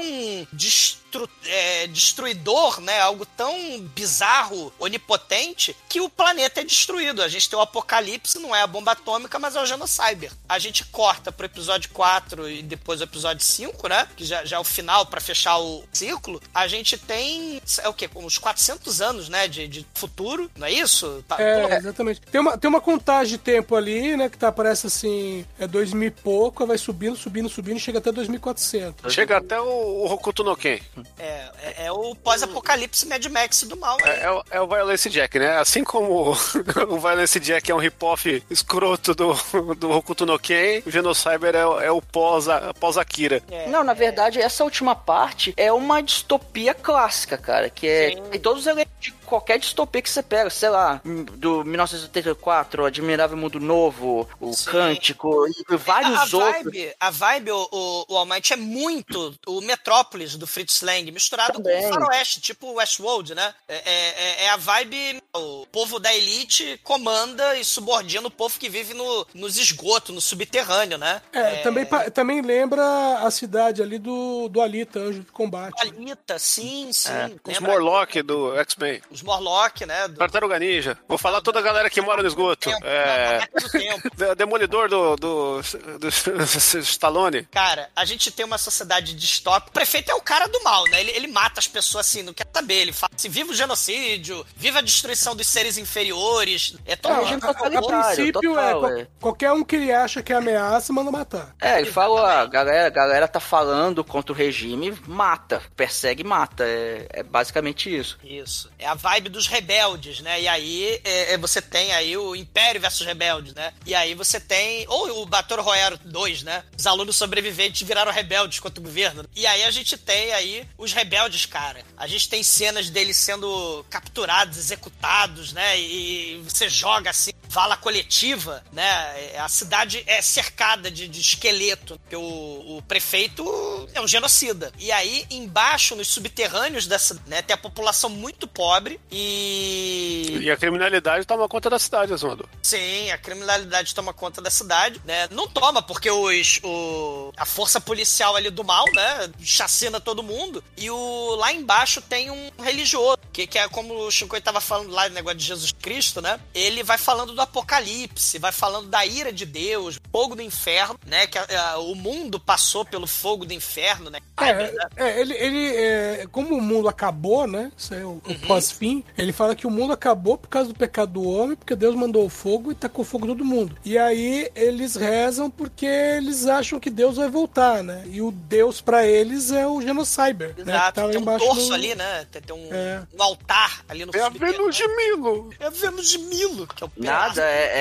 destruidor, né? Algo tão bizarro, onipotente, que o planeta é destruído. A gente tem o apocalipse, não é a bomba atômica, mas é o Genocyber. A gente corta pro episódio 4 e depois o episódio 5, né? Que já é o final pra fechar o ciclo. A gente tem, uns 400 anos, né? De futuro, não é isso? Exatamente. Tem uma contagem de tempo ali, né? Que parece assim, 2000 e pouco, vai subindo, chega até 2400. Chega até o Hokuto no Ken. É o pós-apocalipse Mad Max do mal. É o Violence Jack, né? Assim como o Violence Jack é um rip-off escroto do Hokuto no Ken, o Genocyber é o pós-Akira. Não, na verdade, essa última parte é uma distopia clássica, cara, que tem todos os elementos de qualquer distopia que você pega, sei lá, do 1984, o Admirável Mundo Novo, o Cântico e vários outros. A vibe, o All Might, é muito o Metrópolis do Fritz Lang, misturado com o Faroeste, tipo o Westworld, né? É a vibe, o povo da elite comanda e subordina o povo que vive nos esgotos, no subterrâneo, né? Também lembra a cidade ali do Alita, Anjo de Combate. Alita, sim. Os Morlock do X-Men. Os Morlock, né? Tartaruga Ninja. Vou falar toda a galera que mora no esgoto. Demolidor do Stallone. Cara, a gente tem uma sociedade distópica. O prefeito é o cara do mal, né? Ele mata as pessoas assim, não quer saber. Ele fala assim, viva o genocídio, viva a destruição dos seres inferiores. A princípio qualquer um que ele acha que é ameaça, manda matar. Ele fala, a galera tá falando contra o regime, mata. Persegue, mata. É basicamente isso. Isso. É a vibe dos rebeldes, né? E aí você tem aí o Império versus Rebeldes, né? E aí você tem... Ou o Battle Royale 2, né? Os alunos sobreviventes viraram rebeldes contra o governo. E aí a gente tem aí os rebeldes, cara. A gente tem cenas deles sendo capturados, executados, né? E você joga assim vala coletiva, né? A cidade é cercada de esqueleto, porque o prefeito é um genocida. E aí, embaixo, nos subterrâneos dessa, né, tem a população muito pobre e a criminalidade toma conta da cidade, Azumador. Sim, a criminalidade toma conta da cidade, né? Não toma, porque a força policial ali do mal, né, chacina todo mundo. E lá embaixo tem um religioso, que é como o Shinkoi tava falando lá, o negócio de Jesus Cristo, né? Ele vai falando do apocalipse, vai falando da ira de Deus, fogo do inferno, né? Que o mundo passou pelo fogo do inferno, né? Como o mundo acabou, né? Isso é o pós-fim. Ele fala que o mundo acabou por causa do pecado do homem, porque Deus mandou o fogo e tacou fogo em todo mundo. E aí eles rezam porque eles acham que Deus vai voltar, né? E o Deus pra eles é o Genocyber. Exato, né? Tá tem um torso ali, né? Tem um altar ali no É a Vênus de Milo. É a Vênus de Milo. Que é o Nada,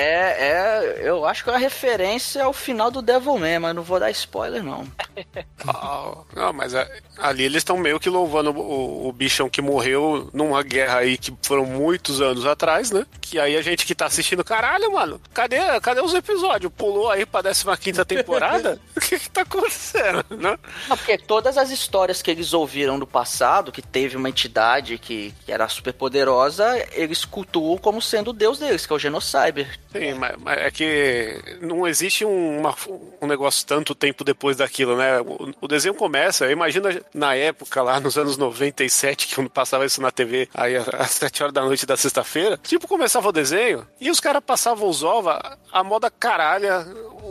eu acho que a referência ao final do Devilman, mas não vou dar spoiler, não. Não, mas ali eles estão meio que louvando o bichão que morreu numa guerra aí que foram muitos anos atrás, né? Que aí a gente que tá assistindo, caralho, mano, cadê os episódios? Pulou aí pra 15ª temporada? O que tá acontecendo, né? Não, porque todas as histórias que eles ouviram do passado, que teve uma entidade que era super poderosa, eles cultuam como sendo o deus deles, que é o Genocyber. Sim, mas é que não existe um negócio tanto tempo depois daquilo, né? O desenho começa, imagina na época, lá nos anos 97, que eu passava isso na TV, aí às 7 horas da noite da sexta-feira, tipo, começava o desenho, e os caras passavam os ovos, a moda caralha,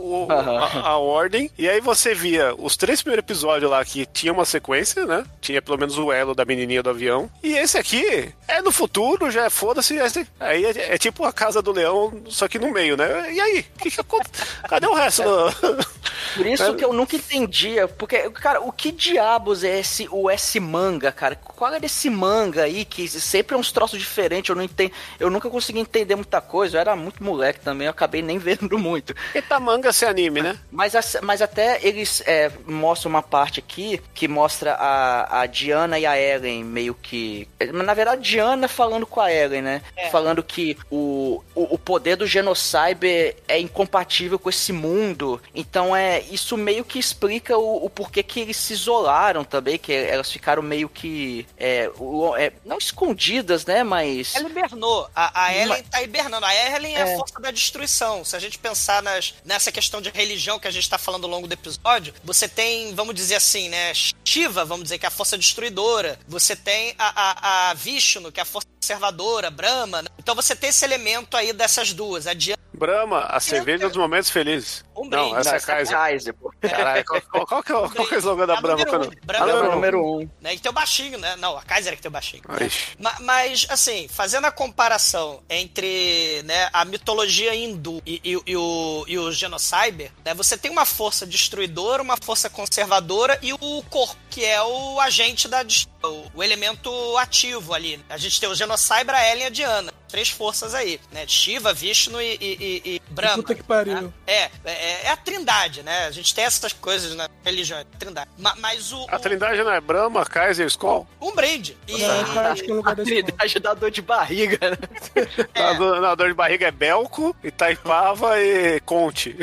a ordem, e aí você via os 3 primeiros episódios lá que tinha uma sequência, né? Tinha pelo menos o elo da menininha do avião, e esse aqui é no futuro, já é foda-se, aí é tipo a Casa do Leão, só que no meio, né? E aí? Que acontece? Cadê o resto? Por isso que eu nunca entendia, porque, cara, o que diabos é esse manga, cara? Qual é desse manga aí, que sempre é uns troços diferentes, eu não entendo, eu nunca consegui entender muita coisa, eu era muito moleque também, eu acabei nem vendo muito. Eita, manga se anime, né? Mas até eles mostram uma parte aqui, que mostra a Diana e a Ellen meio que... Na verdade, Diana falando com a Ellen, né? Falando que o poder do Genocyber é incompatível com esse mundo, então isso meio que explica o porquê que eles se isolaram também, que elas ficaram meio que não escondidas, né, mas... Ela hibernou, a Ellen tá hibernando, a Ellen é a força da destruição. Se a gente pensar nessa questão de religião que a gente tá falando ao longo do episódio, você tem, vamos dizer assim, né, Shiva, vamos dizer que é a força destruidora, você tem a Vishnu, que é a força conservadora, Brahma, né? Então você tem esse elemento aí dessas duas, a Diana... Brahma, a cerveja dos momentos felizes. Não, essa é Kaiser. Caralho, qual que é o slogan da Brahma? Brahma é o número 1. Né? E tem o baixinho, né? Não, a Kaiser é que tem o baixinho. Mas, assim, fazendo a comparação entre, né, a mitologia hindu e o Genocyber, né, você tem uma força destruidora, uma força conservadora e o corpo, que é o agente o elemento ativo ali. A gente tem o Genocyber, a Ellen e a Diana. 3 forças aí, né? Shiva, Vishnu e Brahma. Puta que pariu. Né? É a trindade, né? A gente tem essas coisas na religião, é a trindade. Mas a trindade não é Brahma, Kaiser, Skol? Um brinde. Acho que eu não A trindade dá dor de barriga, né? A dor de barriga é Belco, Itaipava e Conte.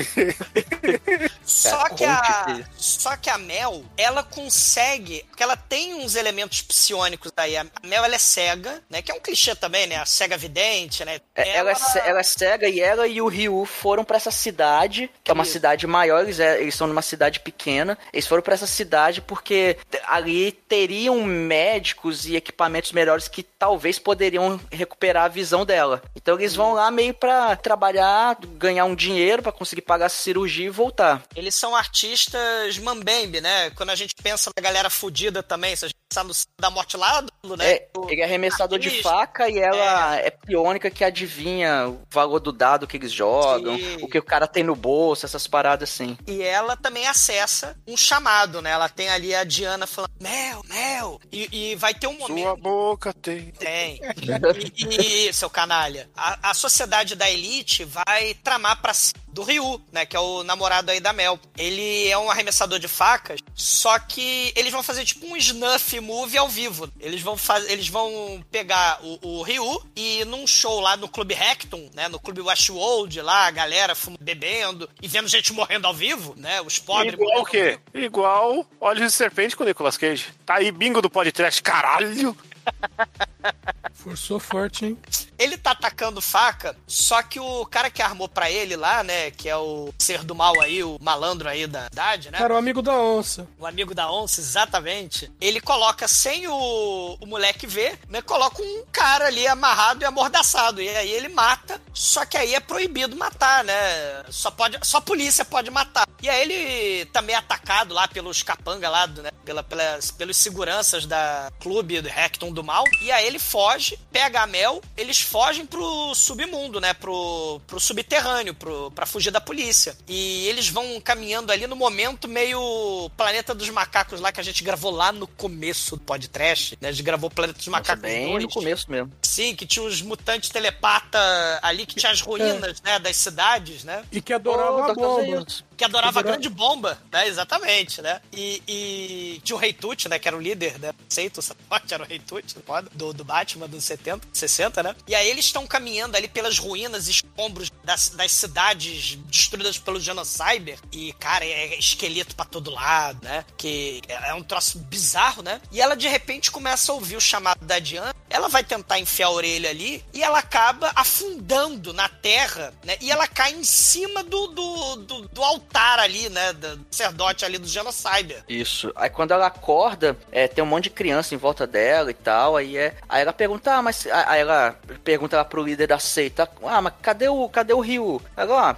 Só que a Mel, ela consegue, porque ela tem uns elementos psionicos aí. A Mel, ela é cega, né? Que é um clichê também, né? A cega vidente, né? Ela é cega, e ela e o Ryu foram pra essa cidade, que é uma cidade maior, eles são numa cidade pequena. Eles foram pra essa cidade porque ali teriam médicos e equipamentos melhores que talvez poderiam recuperar a visão dela. Então eles vão lá meio pra trabalhar, ganhar um dinheiro pra conseguir pagar a cirurgia e voltar. Eles são artistas mambembe, né? Quando a gente pensa na galera fudida também, se a gente pensar no da morte lá, né? Ele é arremessador de faca e ela é psiônica que adivinha o valor do dado que eles jogam, o que o cara tem no bolso, essas paradas assim. E ela também acessa um chamado, né? Ela tem ali a Diana falando, Mel, e vai ter um momento... Sua boca tem. E seu canalha. A sociedade da elite vai tramar pra cima do Ryu, né? Que é o namorado aí da Mel. Ele é um arremessador de facas, só que eles vão fazer tipo um snuff Movie ao vivo. Eles vão pegar o Ryu e num show lá no Clube Hacton, né? No Clube Westworld, lá, a galera bebendo e vendo gente morrendo ao vivo, né? Os pobres. Igual o quê? Igual Olhos de Serpente com o Nicolas Cage. Tá aí, bingo do podcast, caralho! Forçou forte, hein? Ele tá atacando faca, só que o cara que armou pra ele lá, né, que é o ser do mal aí, o malandro aí da idade, né? Cara, o amigo da onça. O amigo da onça, exatamente. Ele coloca, sem o moleque ver, né, coloca um cara ali amarrado e amordaçado. E aí ele mata, só que aí é proibido matar, né? Só a polícia pode matar. E aí ele também é atacado lá pelos capanga lá, né, pelos seguranças da clube do Hacton do mal. E aí ele foge, pega a Mel, eles fogem pro submundo, né? Pro subterrâneo, pra fugir da polícia. E eles vão caminhando ali no momento meio Planeta dos Macacos lá, que a gente gravou lá no começo do podcast, né? A gente gravou Planeta dos Macacos bem 2. No começo mesmo. Sim, que tinha os mutantes telepata ali, que tinha as ruínas, né? Das cidades, né? E que adorava a bomba. Que adorava a grande bomba, né? Exatamente, né? E tinha o Rei Tut, né? Que era o líder, né? Aceito, era o Rei Tut, do Batman dos 70, 60, né? E aí eles estão caminhando ali pelas ruínas e escombros das cidades destruídas pelo Genocyber. E, cara, é esqueleto pra todo lado, né? Que é um troço bizarro, né? E ela, de repente, começa a ouvir o chamado da Diana. Ela vai tentar enfiar a orelha ali e ela acaba afundando na terra, né? E ela cai em cima do altar ali, né? Do sacerdote ali do Genocyber. Isso. Aí quando ela acorda, tem um monte de criança em volta dela e tal. Aí ela pergunta, mas... Aí ela pergunta lá pro líder da seita, mas cadê o Ryu? Ela,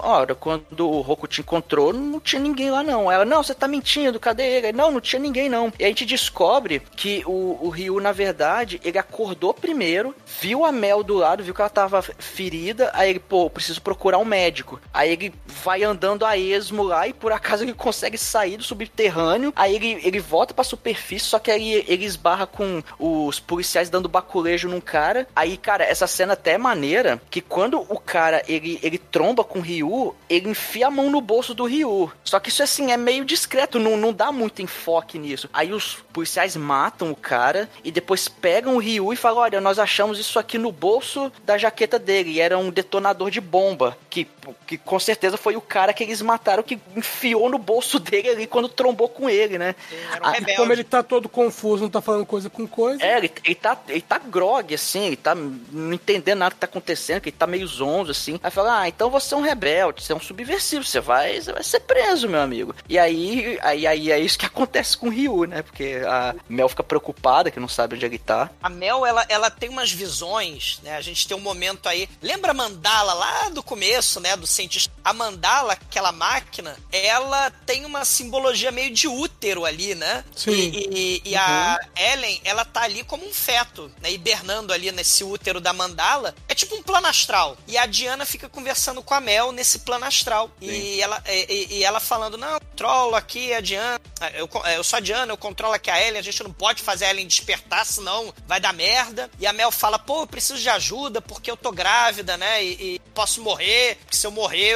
quando o Roku te encontrou, não tinha ninguém lá não. Ela, não, você tá mentindo, cadê ele? Não tinha ninguém não. E a gente descobre que o Ryu, na verdade, ele acordou primeiro, viu a Mel do lado, viu que ela tava ferida, aí ele, preciso procurar um médico. Aí ele vai andando a esmo lá e por acaso ele consegue sair do subterrâneo, aí ele volta pra superfície, só que aí ele esbarra com os policiais dando baculejo num cara. Aí, cara, essa cena até é maneira, que quando o cara, ele tromba com o Ryu, ele enfia a mão no bolso do Ryu. Só que isso, assim, é meio discreto, não dá muito enfoque nisso. Aí os policiais matam o cara e depois pegam o Ryu e falam, olha, nós achamos isso aqui no bolso da jaqueta dele, e era um detonador de bomba, que com certeza foi o cara que eles mataram, que enfiou no bolso dele ali quando trombou com ele, né? Como ele tá todo confuso, não tá falando coisa com coisa. Ele tá grog, assim, ele tá não entendendo nada que tá acontecendo, que ele tá meio zonzo, assim. Aí fala, então você é um rebelde, você é um subversivo, você vai ser preso, meu amigo. E aí é isso que acontece com o Ryu, né? Porque a Mel fica preocupada, que não sabe onde ele tá. A Mel, ela tem umas visões, né? A gente tem um momento aí... Lembra a Mandala lá do começo, né? Do cientista. A Mandala, aquela máquina, ela tem uma simbologia meio de útero ali, né? Sim. E a Ellen, ela tá ali como um feto, né? Hibernando ali nesse útero da Mandala. É tipo um plano astral. E a Diana fica conversando com a Mel nesse plano astral. E ela falando, não, eu controlo aqui a Diana. Eu sou a Diana, eu controlo aqui a Ellen. A gente não pode fazer a Ellen despertar, senão vai dar merda. E a Mel fala, eu preciso de ajuda porque eu tô grávida, né? E posso morrer. Porque se eu morrer,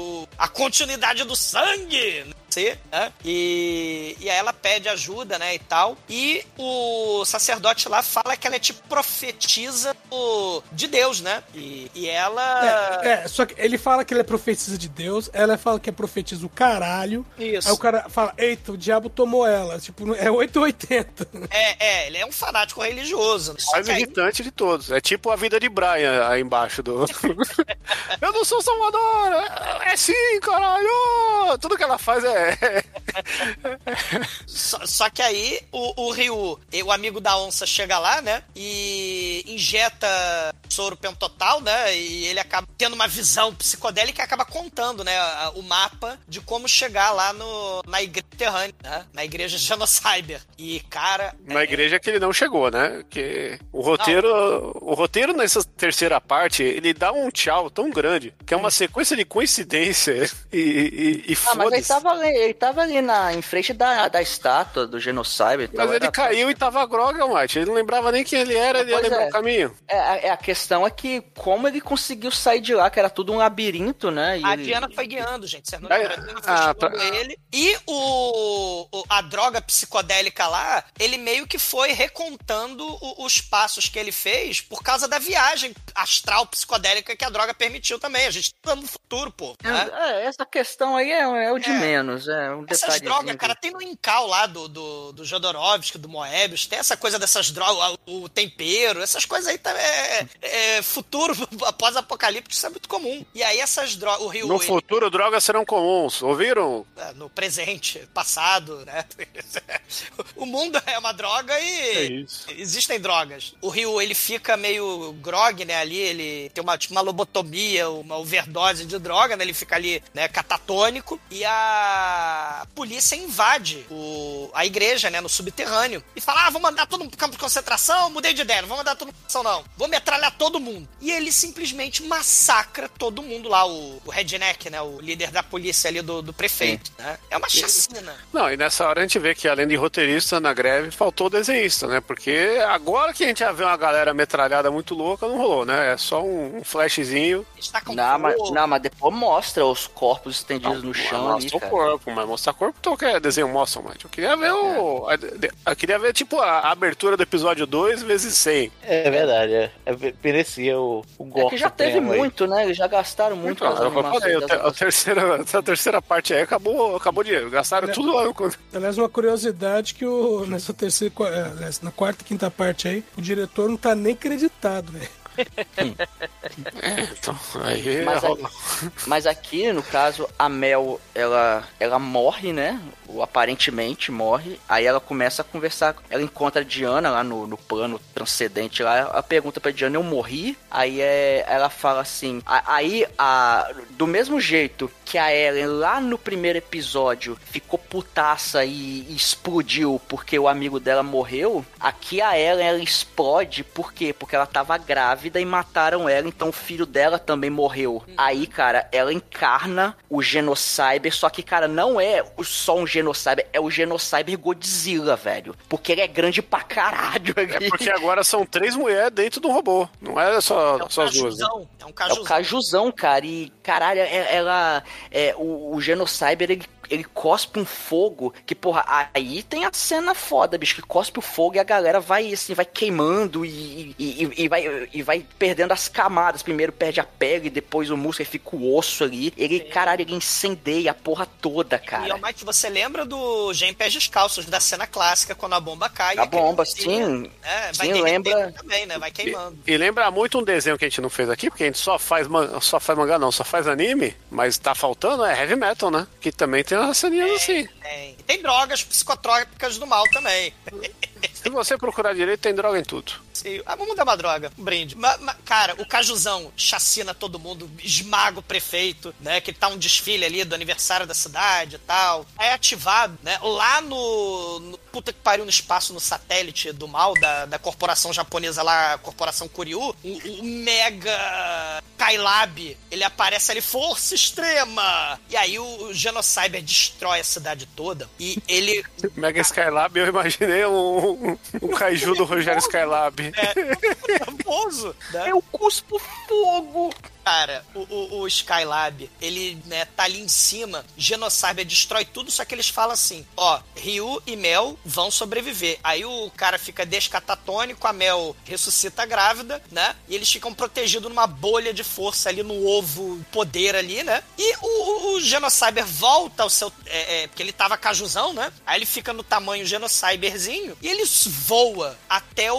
a continuidade do sangue... Né? E aí ela pede ajuda, né, e tal. E o sacerdote lá fala que ela é tipo profetisa de Deus, né? E ela... Só que ele fala que ela é profetisa de Deus, ela fala que é profetisa o caralho. Isso. Aí o cara fala, eita, o diabo tomou ela. Tipo, é 880. Ele é um fanático religioso. Mais irritante de todos. É tipo a vida de Brian aí embaixo do... Eu não sou salvador! É sim, caralho! Tudo que ela faz é... Só que aí o Ryu, o amigo da onça, chega lá, né? E injeta soro pentotal, né? E ele acaba tendo uma visão psicodélica e acaba contando, né? O mapa de como chegar lá na igreja terrânea, né? Na igreja Genocyber. E, cara... Na igreja que ele não chegou, né? Que o roteiro nessa terceira parte, ele dá um tchau tão grande, que é uma sequência de coincidência e foda-se. Mas ele tava ali em frente da estátua do Genocyber. Mas ele caiu e tava groga, Mate. Ele não lembrava nem quem ele era, ele ia lembrar o caminho. A questão é que como ele conseguiu sair de lá, que era tudo um labirinto, né? A Diana foi guiando, gente. Você não lembra? A Diana foi chamando ele. E a droga psicodélica lá, ele meio que foi recontando os passos que ele fez por causa da viagem astral psicodélica que a droga permitiu também. A gente tá no futuro, pô. Né? Essa questão aí é o de menos. É um detalhe. Essas drogas, cara, tem no Incal lá do Jodorowsky, do Moebius, tem essa coisa dessas drogas, o tempero, essas coisas aí também futuro pós-apocalíptico, isso é muito comum. E aí essas drogas, o Rio... No futuro, drogas serão comuns, ouviram? No presente, passado, né? O mundo é uma droga e existem drogas. O Rio, ele fica meio grog, né, ali, ele tem uma lobotomia, uma overdose de droga, né, ele fica ali, né, catatônico, e a polícia invade a igreja, né, no subterrâneo, e fala, vou mandar todo mundo pro campo de concentração, mudei de ideia, não vou mandar todo mundo pro concentração, não. Vou metralhar todo mundo. E ele simplesmente massacra todo mundo lá, o redneck, né, o líder da polícia ali do prefeito, né? É uma chacina. Não, e nessa hora a gente vê que além de roteirista na greve, faltou desenhista, né? Porque agora que a gente já vê uma galera metralhada muito louca, não rolou, né? É só um flashzinho. Está com mas depois mostra os corpos estendidos no chão ali, mostra o corpo, mas mostrar corpo, então que desenho mostra, mas eu queria ver eu queria ver, tipo, a abertura do episódio 2 vezes 100. É verdade, merecia o golpe. É que já teve muito, né? Eles já gastaram muito. A terceira parte aí acabou de... Gastaram tudo lá. Aliás, uma curiosidade que na quarta e quinta parte aí, o diretor não tá nem creditado, velho. Então, aí mas aqui, no caso, a Mel, ela morre, né? Aparentemente morre. Aí ela começa a conversar. Ela encontra a Diana lá no plano transcendente lá. Ela pergunta pra Diana, eu morri? Aí ela fala assim. Do mesmo jeito que a Ellen lá no primeiro episódio ficou putaça e explodiu porque o amigo dela morreu, aqui a Ellen ela explode. Por quê? Porque ela tava grávida e mataram ela, então o filho dela também morreu. Aí, cara, ela encarna o Genocyber, só que, cara, não é só um Genocyber, é o Genocyber Godzilla, velho. Porque ele é grande pra caralho ali. É porque agora são 3 mulheres dentro do robô, não é só as duas. Né? É um cajuzão. É o cajuzão, cara, e, caralho, o Genocyber, ele cospe um fogo, que, porra, aí tem a cena foda, bicho, que cospe o fogo e a galera vai, assim, vai queimando e vai perdendo as camadas. Primeiro perde a pele, depois o músculo, e fica o osso ali. Caralho, ele incendeia a porra toda, cara. E, Mike, você lembra do Gem Pés Descalços, da cena clássica, quando a bomba cai? A bomba, sim. Vai lembra também, né? Vai queimando. E lembra muito um desenho que a gente não fez aqui, porque a gente só faz mangá, não, só faz anime, mas tá faltando, Heavy Metal, né? Que também tem umas ceninhas assim. Tem drogas psicotrópicas do mal também. Se você procurar direito, tem droga em tudo. Sim. Vamos dar uma droga, um brinde. Cara, o cajuzão chacina todo mundo, esmaga o prefeito, né? Que tá um desfile ali do aniversário da cidade e tal. É ativado, né? Lá no puta que pariu, no espaço, no satélite do mal, da corporação japonesa lá, a corporação Kuryu, o Mega Skylab, ele aparece ali, força extrema! E aí o Genocyber destrói a cidade toda e ele... Mega Skylab, eu imaginei um kaiju do Rogério Skylab. É famoso, né? Eu cuspo fogo! Cara, o Skylab, ele, né, tá ali em cima, Genocyber destrói tudo, só que eles falam assim, Ryu e Mel vão sobreviver. Aí o cara fica descatatônico, a Mel ressuscita grávida, né, e eles ficam protegidos numa bolha de força ali, no ovo poder ali, né, e o Genocyber volta ao seu, porque ele tava cajuzão, né, aí ele fica no tamanho Genocyberzinho, e ele voa até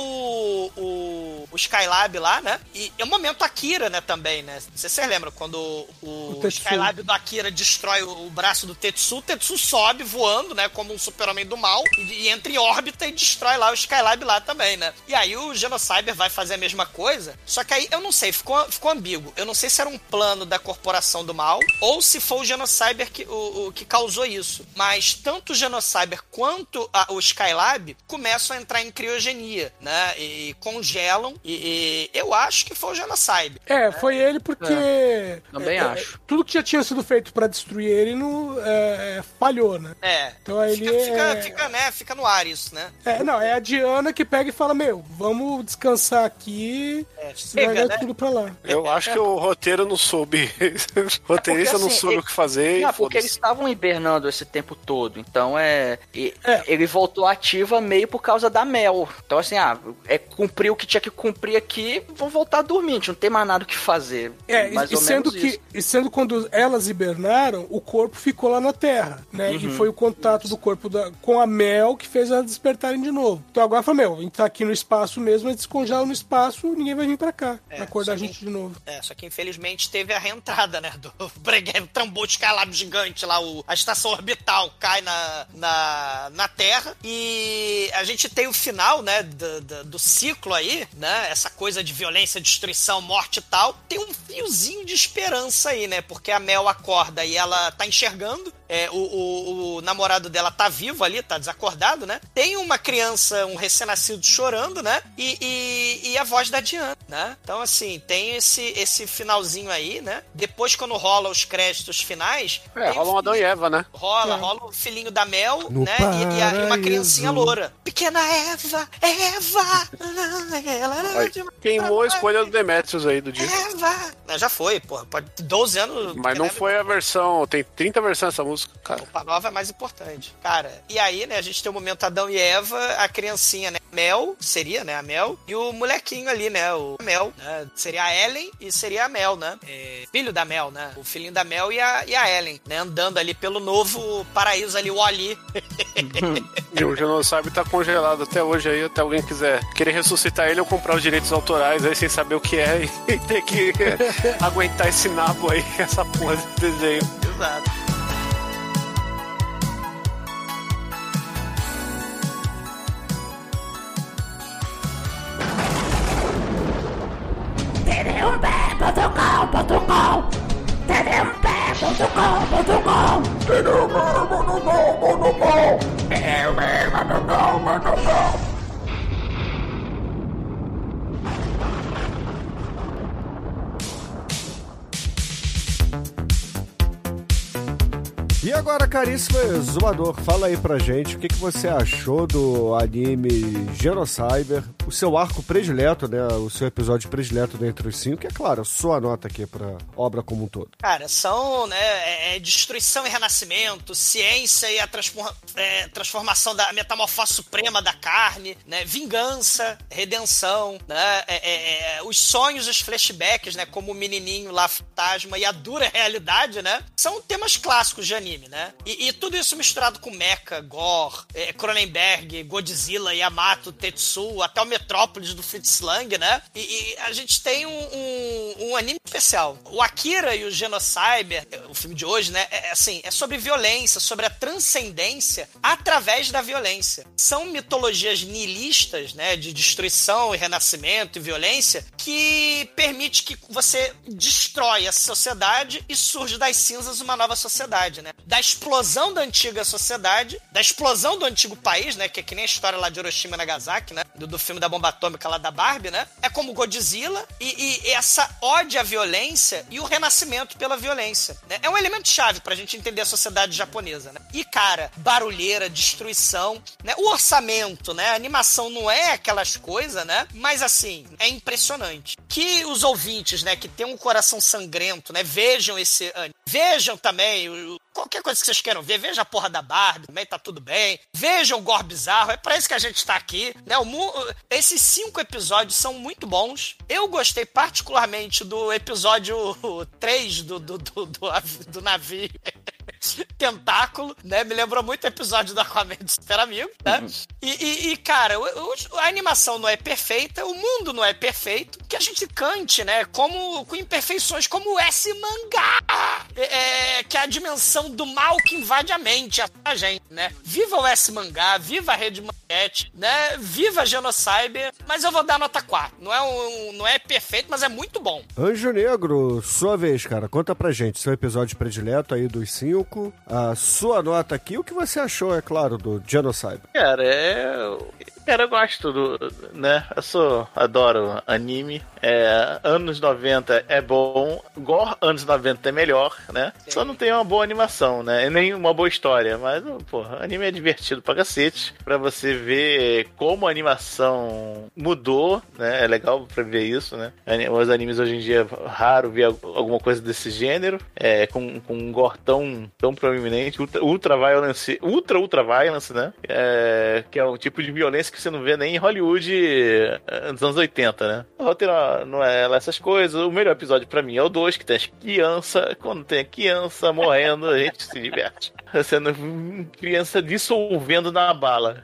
o Skylab lá, né, e é o momento Akira, né, também, né. Vocês lembram quando o Skylab do Akira destrói o braço do Tetsu? O Tetsu sobe voando, né? Como um super-homem do mal e entra em órbita e destrói lá o Skylab lá também, né? E aí o Genocyber vai fazer a mesma coisa, só que aí eu não sei, ficou ambíguo. Eu não sei se era um plano da corporação do mal ou se foi o Genocyber que causou isso. Mas tanto o Genocyber quanto o Skylab começam a entrar em criogenia, né? E congelam E eu acho que foi o Genocide. Foi ele porque... Também acho. Tudo que já tinha sido feito pra destruir ele falhou, né? Então aí fica no ar isso, né? É a Diana que pega e fala, vamos descansar aqui, chega, né? tudo pra lá. Eu acho que o roteiro não soube. O roteirista não soube o que fazer. Não, porque eles estavam hibernando esse tempo todo. Então ele voltou ativa meio por causa da Mel. Então assim, cumpriu o que tinha que cumprir aqui, vão voltar a dormir. A gente não tem mais nada o que fazer. Sendo quando elas hibernaram, o corpo ficou lá na Terra, né? E foi o contato do corpo com a Mel que fez elas despertarem de novo. Então agora fala, a gente tá aqui no espaço mesmo, a gente descongela no espaço, ninguém vai vir pra cá pra acordar a gente de novo. Só que infelizmente teve a reentrada, né? Do Trambolho Skylab gigante lá, a estação orbital cai na Terra e a gente tem o final, né? Do ciclo aí, né? Essa coisa de violência, destruição, morte e tal. Tem um fiozinho de esperança aí, né? Porque a Mel acorda e ela tá enxergando. O namorado dela tá vivo ali, tá desacordado, né? Tem uma criança, um recém-nascido chorando, né? E a voz da Diana, né? Então, assim, tem esse finalzinho aí, né? Depois, quando rola os créditos finais... rola um Adão e Eva, né? Rola o filhinho da Mel, né? E uma criancinha loura. Pequena Eva! Queimou a escolha do Demetrius aí do dia. Eva! Já foi, pô. 12 anos... Mas não foi a versão... Tem 30 versões dessa música, cara. Opa Nova é mais importante. Cara, e aí, né, a gente tem o momento Adão e Eva, a criancinha, né, Mel, seria, né, a Mel, e o molequinho ali, né, o Mel, né, seria a Ellen e seria a Mel, né, filho da Mel, né, o filhinho da Mel e a Ellen, né, andando ali pelo novo paraíso ali, o Ali. E o Genocide tá congelado até hoje aí, até alguém quiser querer ressuscitar ele ou comprar os direitos autorais aí sem saber o que é e ter que aguentar esse nabo aí, essa porra de desenho. Exato. E agora, caríssimo exumador, fala aí pra gente o que você achou do anime Genocyber, o seu arco predileto, né, o seu episódio predileto dentre os 5, que é claro, sua nota aqui pra obra como um todo. Cara, são, né, destruição e renascimento, ciência e a transformação da metamorfose suprema da carne, né, vingança, redenção, né, os sonhos, os flashbacks, né, como o menininho lá, fantasma e a dura realidade, né, são temas clássicos de anime, né? E tudo isso misturado com Mecha, Gore, Cronenberg, Godzilla, Yamato, Tetsuo, até o Metrópolis do Fritz Lang, né? E a gente tem um anime especial. O Akira e o Genocyber, o filme de hoje, né? É sobre violência, sobre a transcendência através da violência. São mitologias nihilistas, né? De destruição e renascimento e violência que permite que você destrói a sociedade e surge das cinzas uma nova sociedade, né? Da explosão da antiga sociedade, da explosão do antigo país, né? Que é que nem a história lá de Hiroshima e Nagasaki, né? Do filme da bomba atômica lá da Barbie, né? É como Godzilla e essa ode à violência e o renascimento pela violência, né? É um elemento chave pra gente entender a sociedade japonesa, né? E, cara, barulheira, destruição, né? O orçamento, né? A animação não é aquelas coisas, né? Mas, assim, é impressionante. Que os ouvintes, né? Que tem um coração sangrento, né? Vejam esse anime. Vejam também qualquer coisa que vocês queiram ver, veja a porra da Barbie, também tá tudo bem. Vejam o Gore Bizarro, é pra isso que a gente tá aqui, né? Esses 5 episódios são muito bons. Eu gostei particularmente do episódio 3 do navio Tentáculo, né? Me lembrou muito o episódio do Aquaman do Super Amigo, né? E cara, a animação não é perfeita, o mundo não é perfeito, que a gente cante, né? Com imperfeições como o S-Mangá, que é a dimensão do mal que invade a mente, a gente, né? Viva o S-Mangá, viva a Rede manchete, né? Viva Genocyber, mas eu vou dar nota 4. Não é perfeito, mas é muito bom. Anjo Negro, sua vez, cara. Conta pra gente seu episódio predileto aí dos 5, a sua nota aqui, o que você achou, é claro, do Genocyber. Cara, eu gosto né? Adoro anime. Anos 90 é bom. Gore anos 90 é melhor, né? Sim. Só não tem uma boa animação, né? Nem uma boa história. Mas, porra, anime é divertido pra cacete. Pra você ver como a animação mudou, né? É legal pra ver isso, né? Os animes hoje em dia é raro ver alguma coisa desse gênero. Com um gore tão proeminente. Ultra violence, né? Que é um tipo de violência que você não vê nem em Hollywood nos anos 80, né? O roteiro não é lá essas coisas. O melhor episódio pra mim é o 2, que tem as crianças. Quando tem a criança morrendo, a gente se diverte. Sendo criança dissolvendo na bala.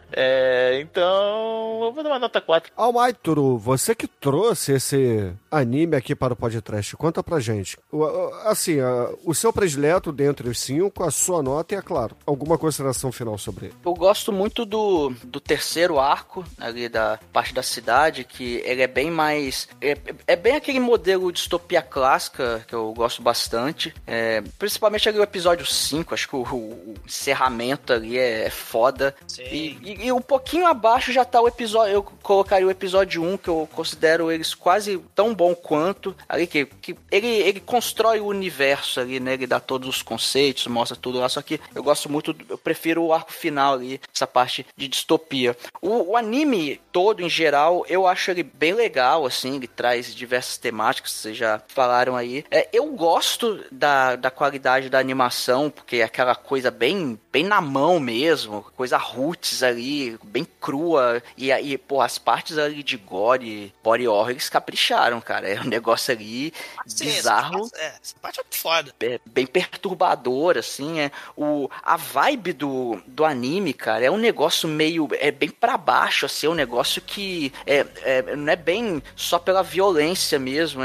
Então, eu vou dar uma nota 4. Almaituru, você que trouxe esse anime aqui para o podcast, conta pra gente. Assim, o seu predileto dentre os 5, a sua nota e, é claro, alguma consideração final sobre ele. Eu gosto muito do terceiro arco, ali da parte da cidade, que ele é bem mais... É bem aquele modelo de distopia clássica que eu gosto bastante. Principalmente ali o episódio 5, acho que o encerramento ali é foda. E um pouquinho abaixo já tá o episódio... Eu colocaria o episódio 1, que eu considero eles quase tão bom quanto. Ali que ele constrói o universo ali, né? Ele dá todos os conceitos, mostra tudo lá. Só que eu gosto muito... Eu prefiro o arco final ali, essa parte de distopia. O anime todo, em geral, eu acho ele bem legal, assim, ele traz diversas temáticas, vocês já falaram aí. Eu gosto da qualidade da animação, porque é aquela coisa bem na mão mesmo, coisa roots ali, bem crua, e aí, pô, as partes ali de gore, body horror, eles capricharam, cara, é um negócio ali bizarro. Essa parte é muito foda. Bem perturbador, assim, a vibe do anime, cara, é um negócio meio, bem pra baixo, assim, é um negócio que não é bem só pela violência mesmo,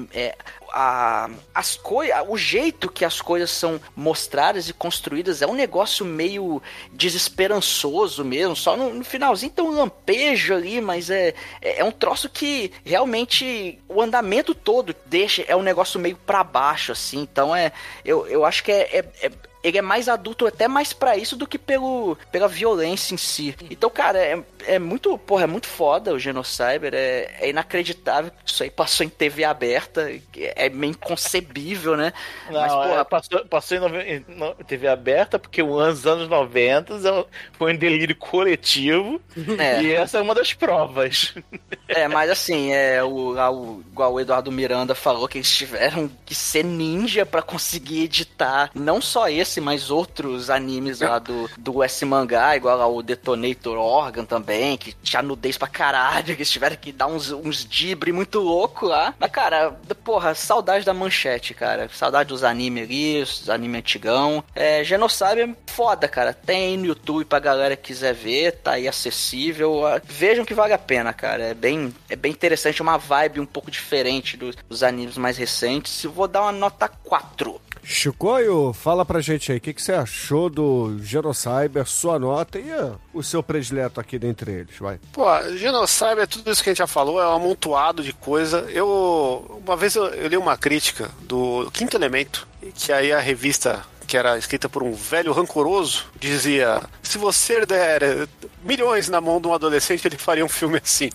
o jeito que as coisas são mostradas e construídas é um negócio meio desesperançoso mesmo, só no finalzinho tem um lampejo ali, mas é um troço que realmente o andamento todo é um negócio meio pra baixo, assim, então eu acho que ele é mais adulto até mais pra isso do que pela violência em si. Então, cara, é muito foda o Genocyber, é inacreditável que isso aí passou em TV aberta, é meio inconcebível, né? Não, mas, porra, passou em TV aberta porque os anos 90 foi um delírio coletivo e essa é uma das provas. Mas assim, igual o Eduardo Miranda falou, que eles tiveram que ser ninja pra conseguir editar, não só esse, mas outros animes lá do S-Mangá, igual lá o Detonator Organ também, que tinha nudez pra caralho, que eles tiveram que dar uns dibre muito louco lá. Mas, cara, porra, saudade da manchete, cara. Saudade dos animes ali, os animes antigão. Genocyber é foda, cara. Tem aí no YouTube pra galera que quiser ver, tá aí acessível. Vejam que vale a pena, cara. É bem interessante, uma vibe um pouco diferente dos animes mais recentes. Eu vou dar uma nota 4. Chicoio, fala pra gente aí, o que você achou do Genocyber, sua nota e o seu predileto aqui dentre eles, vai. Pô, Genocyber, tudo isso que a gente já falou, é um amontoado de coisa. Uma vez eu li uma crítica do Quinto Elemento, que aí a revista, que era escrita por um velho rancoroso, dizia: se você der milhões na mão de um adolescente, ele faria um filme assim.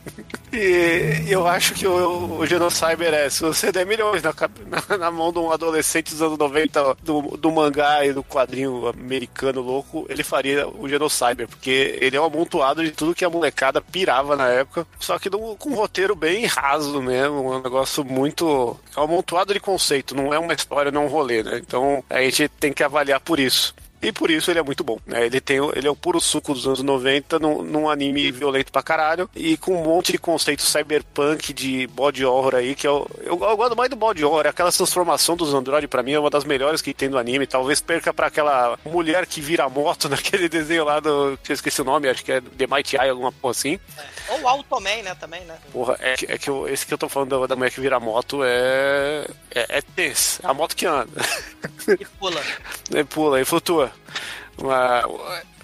E eu acho que o Genocyber se você der milhões na mão de um adolescente dos anos 90 do mangá e do quadrinho americano louco, ele faria o Genocyber, porque ele é um amontoado de tudo que a molecada pirava na época, só que com um roteiro bem raso mesmo, um negócio muito... É um amontoado de conceito, não é uma história, não é um rolê, né? Então a gente tem que avaliar por isso. E por isso ele é muito bom, né? Ele é o puro suco dos anos 90 num anime violento pra caralho e com um monte de conceito cyberpunk de body horror aí, que eu gosto mais do body horror. Aquela transformação dos androides pra mim é uma das melhores que tem no anime. Talvez perca pra aquela mulher que vira moto naquele desenho lá que eu esqueci o nome, acho que é The Mighty Eye, alguma porra assim. Ou o Automan, né, também, né? Porra, esse que eu tô falando da mulher que vira moto é tenso. É a moto que anda. E pula. Pula e flutua.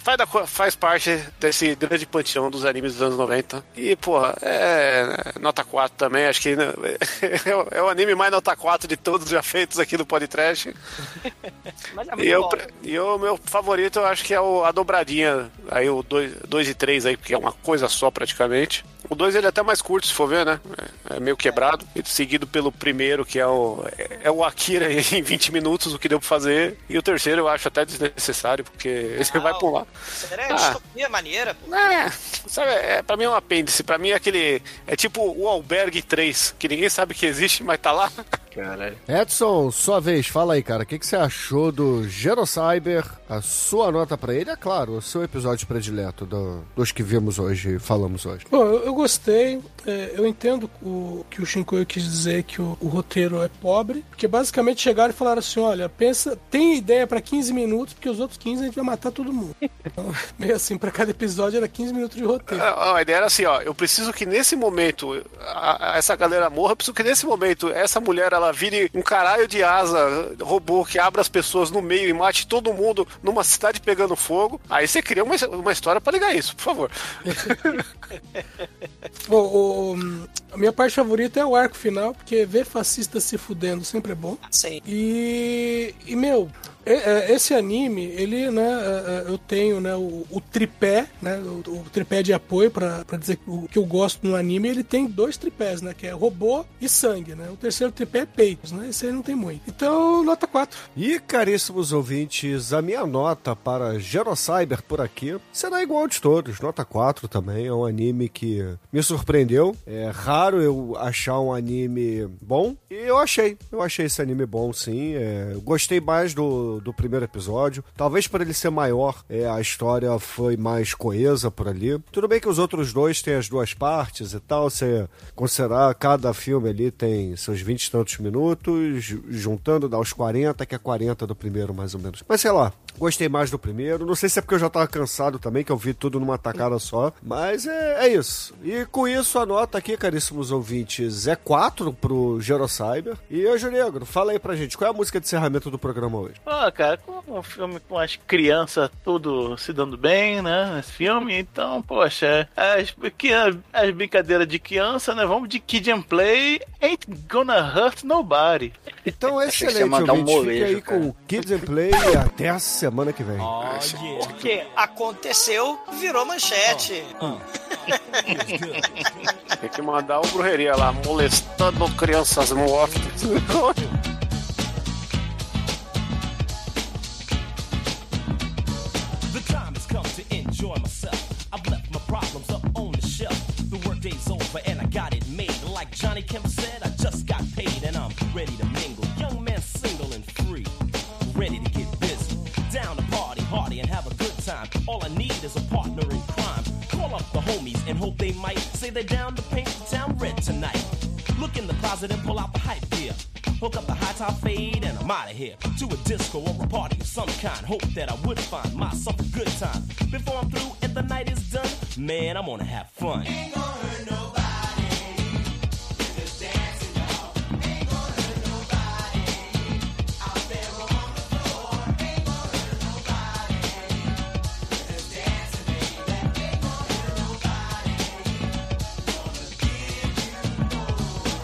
faz parte desse grande panteão dos animes dos anos 90. E, porra, nota 4 também. Acho que é o anime mais nota 4 de todos já feitos aqui do Podcast. Mas é muito bom. E o meu favorito, eu acho que é a dobradinha. Aí o 2 e 3 aí, porque é uma coisa só praticamente. O 2 ele é até mais curto, se for ver, né? É meio quebrado. Seguido pelo primeiro, que é o Akira em 20 minutos, o que deu pra fazer. E o terceiro eu acho até desnecessário, porque você vai pular. É distopia maneira, pô. Sabe, pra mim é um apêndice. Pra mim é aquele... É tipo o Albergue 3, que ninguém sabe que existe, mas tá lá. Caralho. Edson, sua vez, fala aí, cara. O que você achou do Genocyber? A sua nota pra ele? É claro, o seu episódio predileto dos que vimos hoje e falamos hoje. Bom, eu gostei. Eu entendo o que o Shinkoio quis dizer, que o roteiro é pobre, porque basicamente chegaram e falaram assim, olha, tem ideia pra 15 minutos, porque os outros 15 a gente vai matar todo mundo. Então, meio assim, pra cada episódio era 15 minutos de roteiro. A ideia era assim, ó, eu preciso que nesse momento essa galera morra, eu preciso que nesse momento essa mulher, ela vire um caralho de asa robô que abra as pessoas no meio e mate todo mundo numa cidade pegando fogo. Aí você cria uma história pra ligar isso, por favor. Bom, a minha parte favorita é o arco final, porque ver fascista se fudendo sempre é bom. Sim. E meu... Esse anime, ele, né, eu tenho, né, o tripé, né, o tripé de apoio pra dizer o que eu gosto no anime, ele tem 2 tripés, né, que é robô e sangue, né, o terceiro tripé é peitos, né, esse aí não tem muito. Então, nota 4. E, caríssimos ouvintes, a minha nota para Genocyber por aqui será igual de todos, nota 4 também, é um anime que me surpreendeu, é raro eu achar um anime bom, e eu achei esse anime bom, sim, gostei mais do primeiro episódio. Talvez por ele ser maior, a história foi mais coesa por ali. Tudo bem que os outros dois têm as 2 partes e tal, você considerar cada filme ali tem seus 20 e tantos minutos, juntando dá os 40, que é 40 do primeiro mais ou menos. Mas sei lá, gostei mais do primeiro. Não sei se é porque eu já tava cansado também, que eu vi tudo numa tacada só, mas é isso. E com isso a nota aqui, caríssimos ouvintes, é 4 pro Genocyber. E Anjo Negro, fala aí pra gente, qual é a música de encerramento do programa hoje? Cara, como um filme com as crianças tudo se dando bem, né, nesse filme, então, poxa, as brincadeiras de criança, né, vamos de Kid and Play, Ain't Gonna Hurt Nobody. Então, excelente, ouvinte, fica aí com Kids and Play e até a semana que vem. Porque aconteceu, virou manchete. Tem que mandar o Brujeria lá, molestando crianças mortas. Enjoy myself. I've left my problems up on the shelf. The workday's over and I got it made. Like Johnny Kemp said, I just got paid and I'm ready to mingle. Young man, single and free, ready to get busy. Down to party, hardy and have a good time. All I need is a partner in crime. Call up the homies and hope they might say they're down to paint the town red tonight. Look in the closet and pull out the hype gear. Hook up the high top fade and I'm out of here. To a disco or a party of some kind. Hope that I would find myself a good time. Before I'm through and the night is done, man, I'm gonna have fun. Ain't gonna hurt nobody. We're just dancing, y'all. Ain't gonna hurt nobody. Out there on the floor. Ain't gonna hurt nobody. We're just dancing, baby. Ain't gonna hurt nobody. Gonna give you more.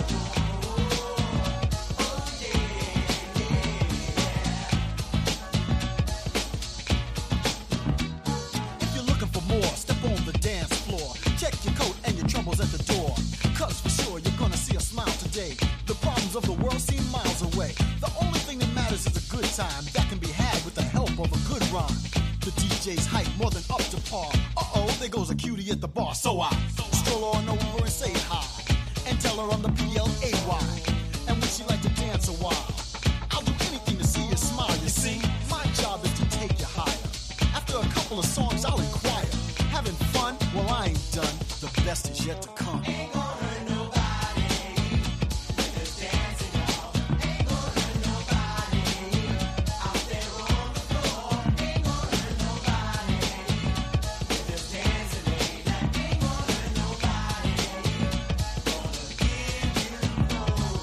Step on the dance floor. Check your coat and your troubles at the door. Cause for sure you're gonna see a smile today. The problems of the world seem miles away. The only thing that matters is a good time that can be had with the help of a good rhyme. The DJ's hype more than up to par. Uh-oh, there goes a cutie at the bar. So I stroll on over and say hi. And tell her I'm the PLAY. And would she like to dance a while? I'll do anything to see you smile, you see. My job is to take you higher. After a couple of songs I'll inquire. Having fun? Well, I ain't done. The best is yet to come. Ain't gonna hurt nobody. We're just dancing, y'all. Ain't gonna hurt nobody. Out there on the floor. Ain't gonna hurt nobody. We're just dancing, baby. Ain't gonna hurt nobody. Gonna give you more.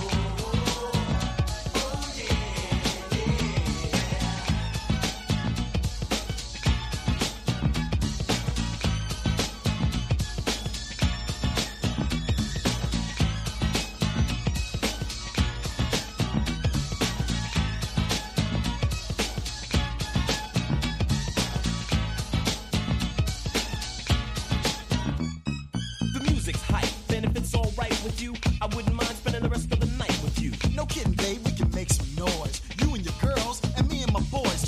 Oh, yeah, yeah.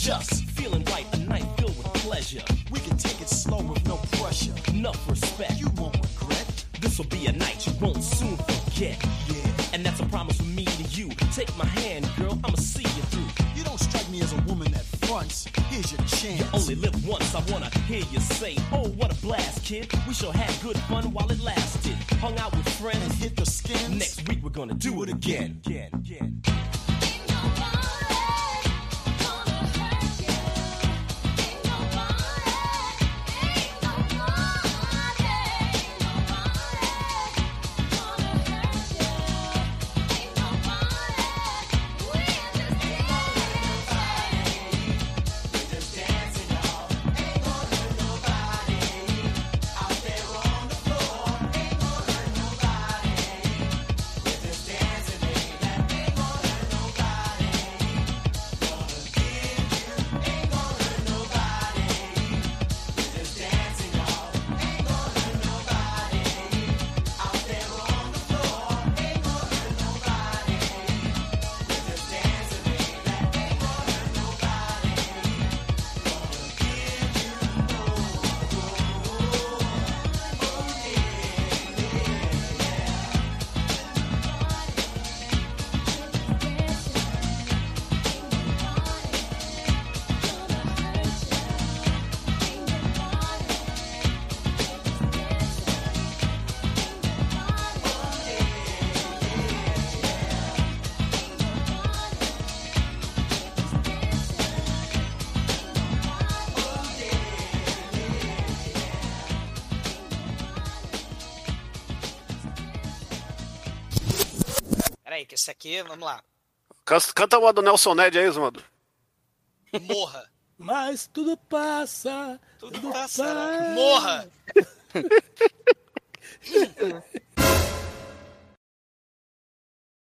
just feeling right, a night filled with pleasure. We can take it slow with no pressure. Enough respect, you won't regret. This'll be a night you won't soon forget. Yeah, and that's a promise from me to you. Take my hand, girl, I'ma see you through. You don't strike me as a woman that fronts. Here's your chance. You only live once, I wanna hear you say, oh, what a blast, kid. We sure had good fun while it lasted. Hung out with friends and hit the skins. Next week we're gonna do it again. Peraí, que esse aqui, vamos lá. Canta uma do Nelson Ned aí, Zumador. Morra. Mas tudo passa. Tudo passa. Morra.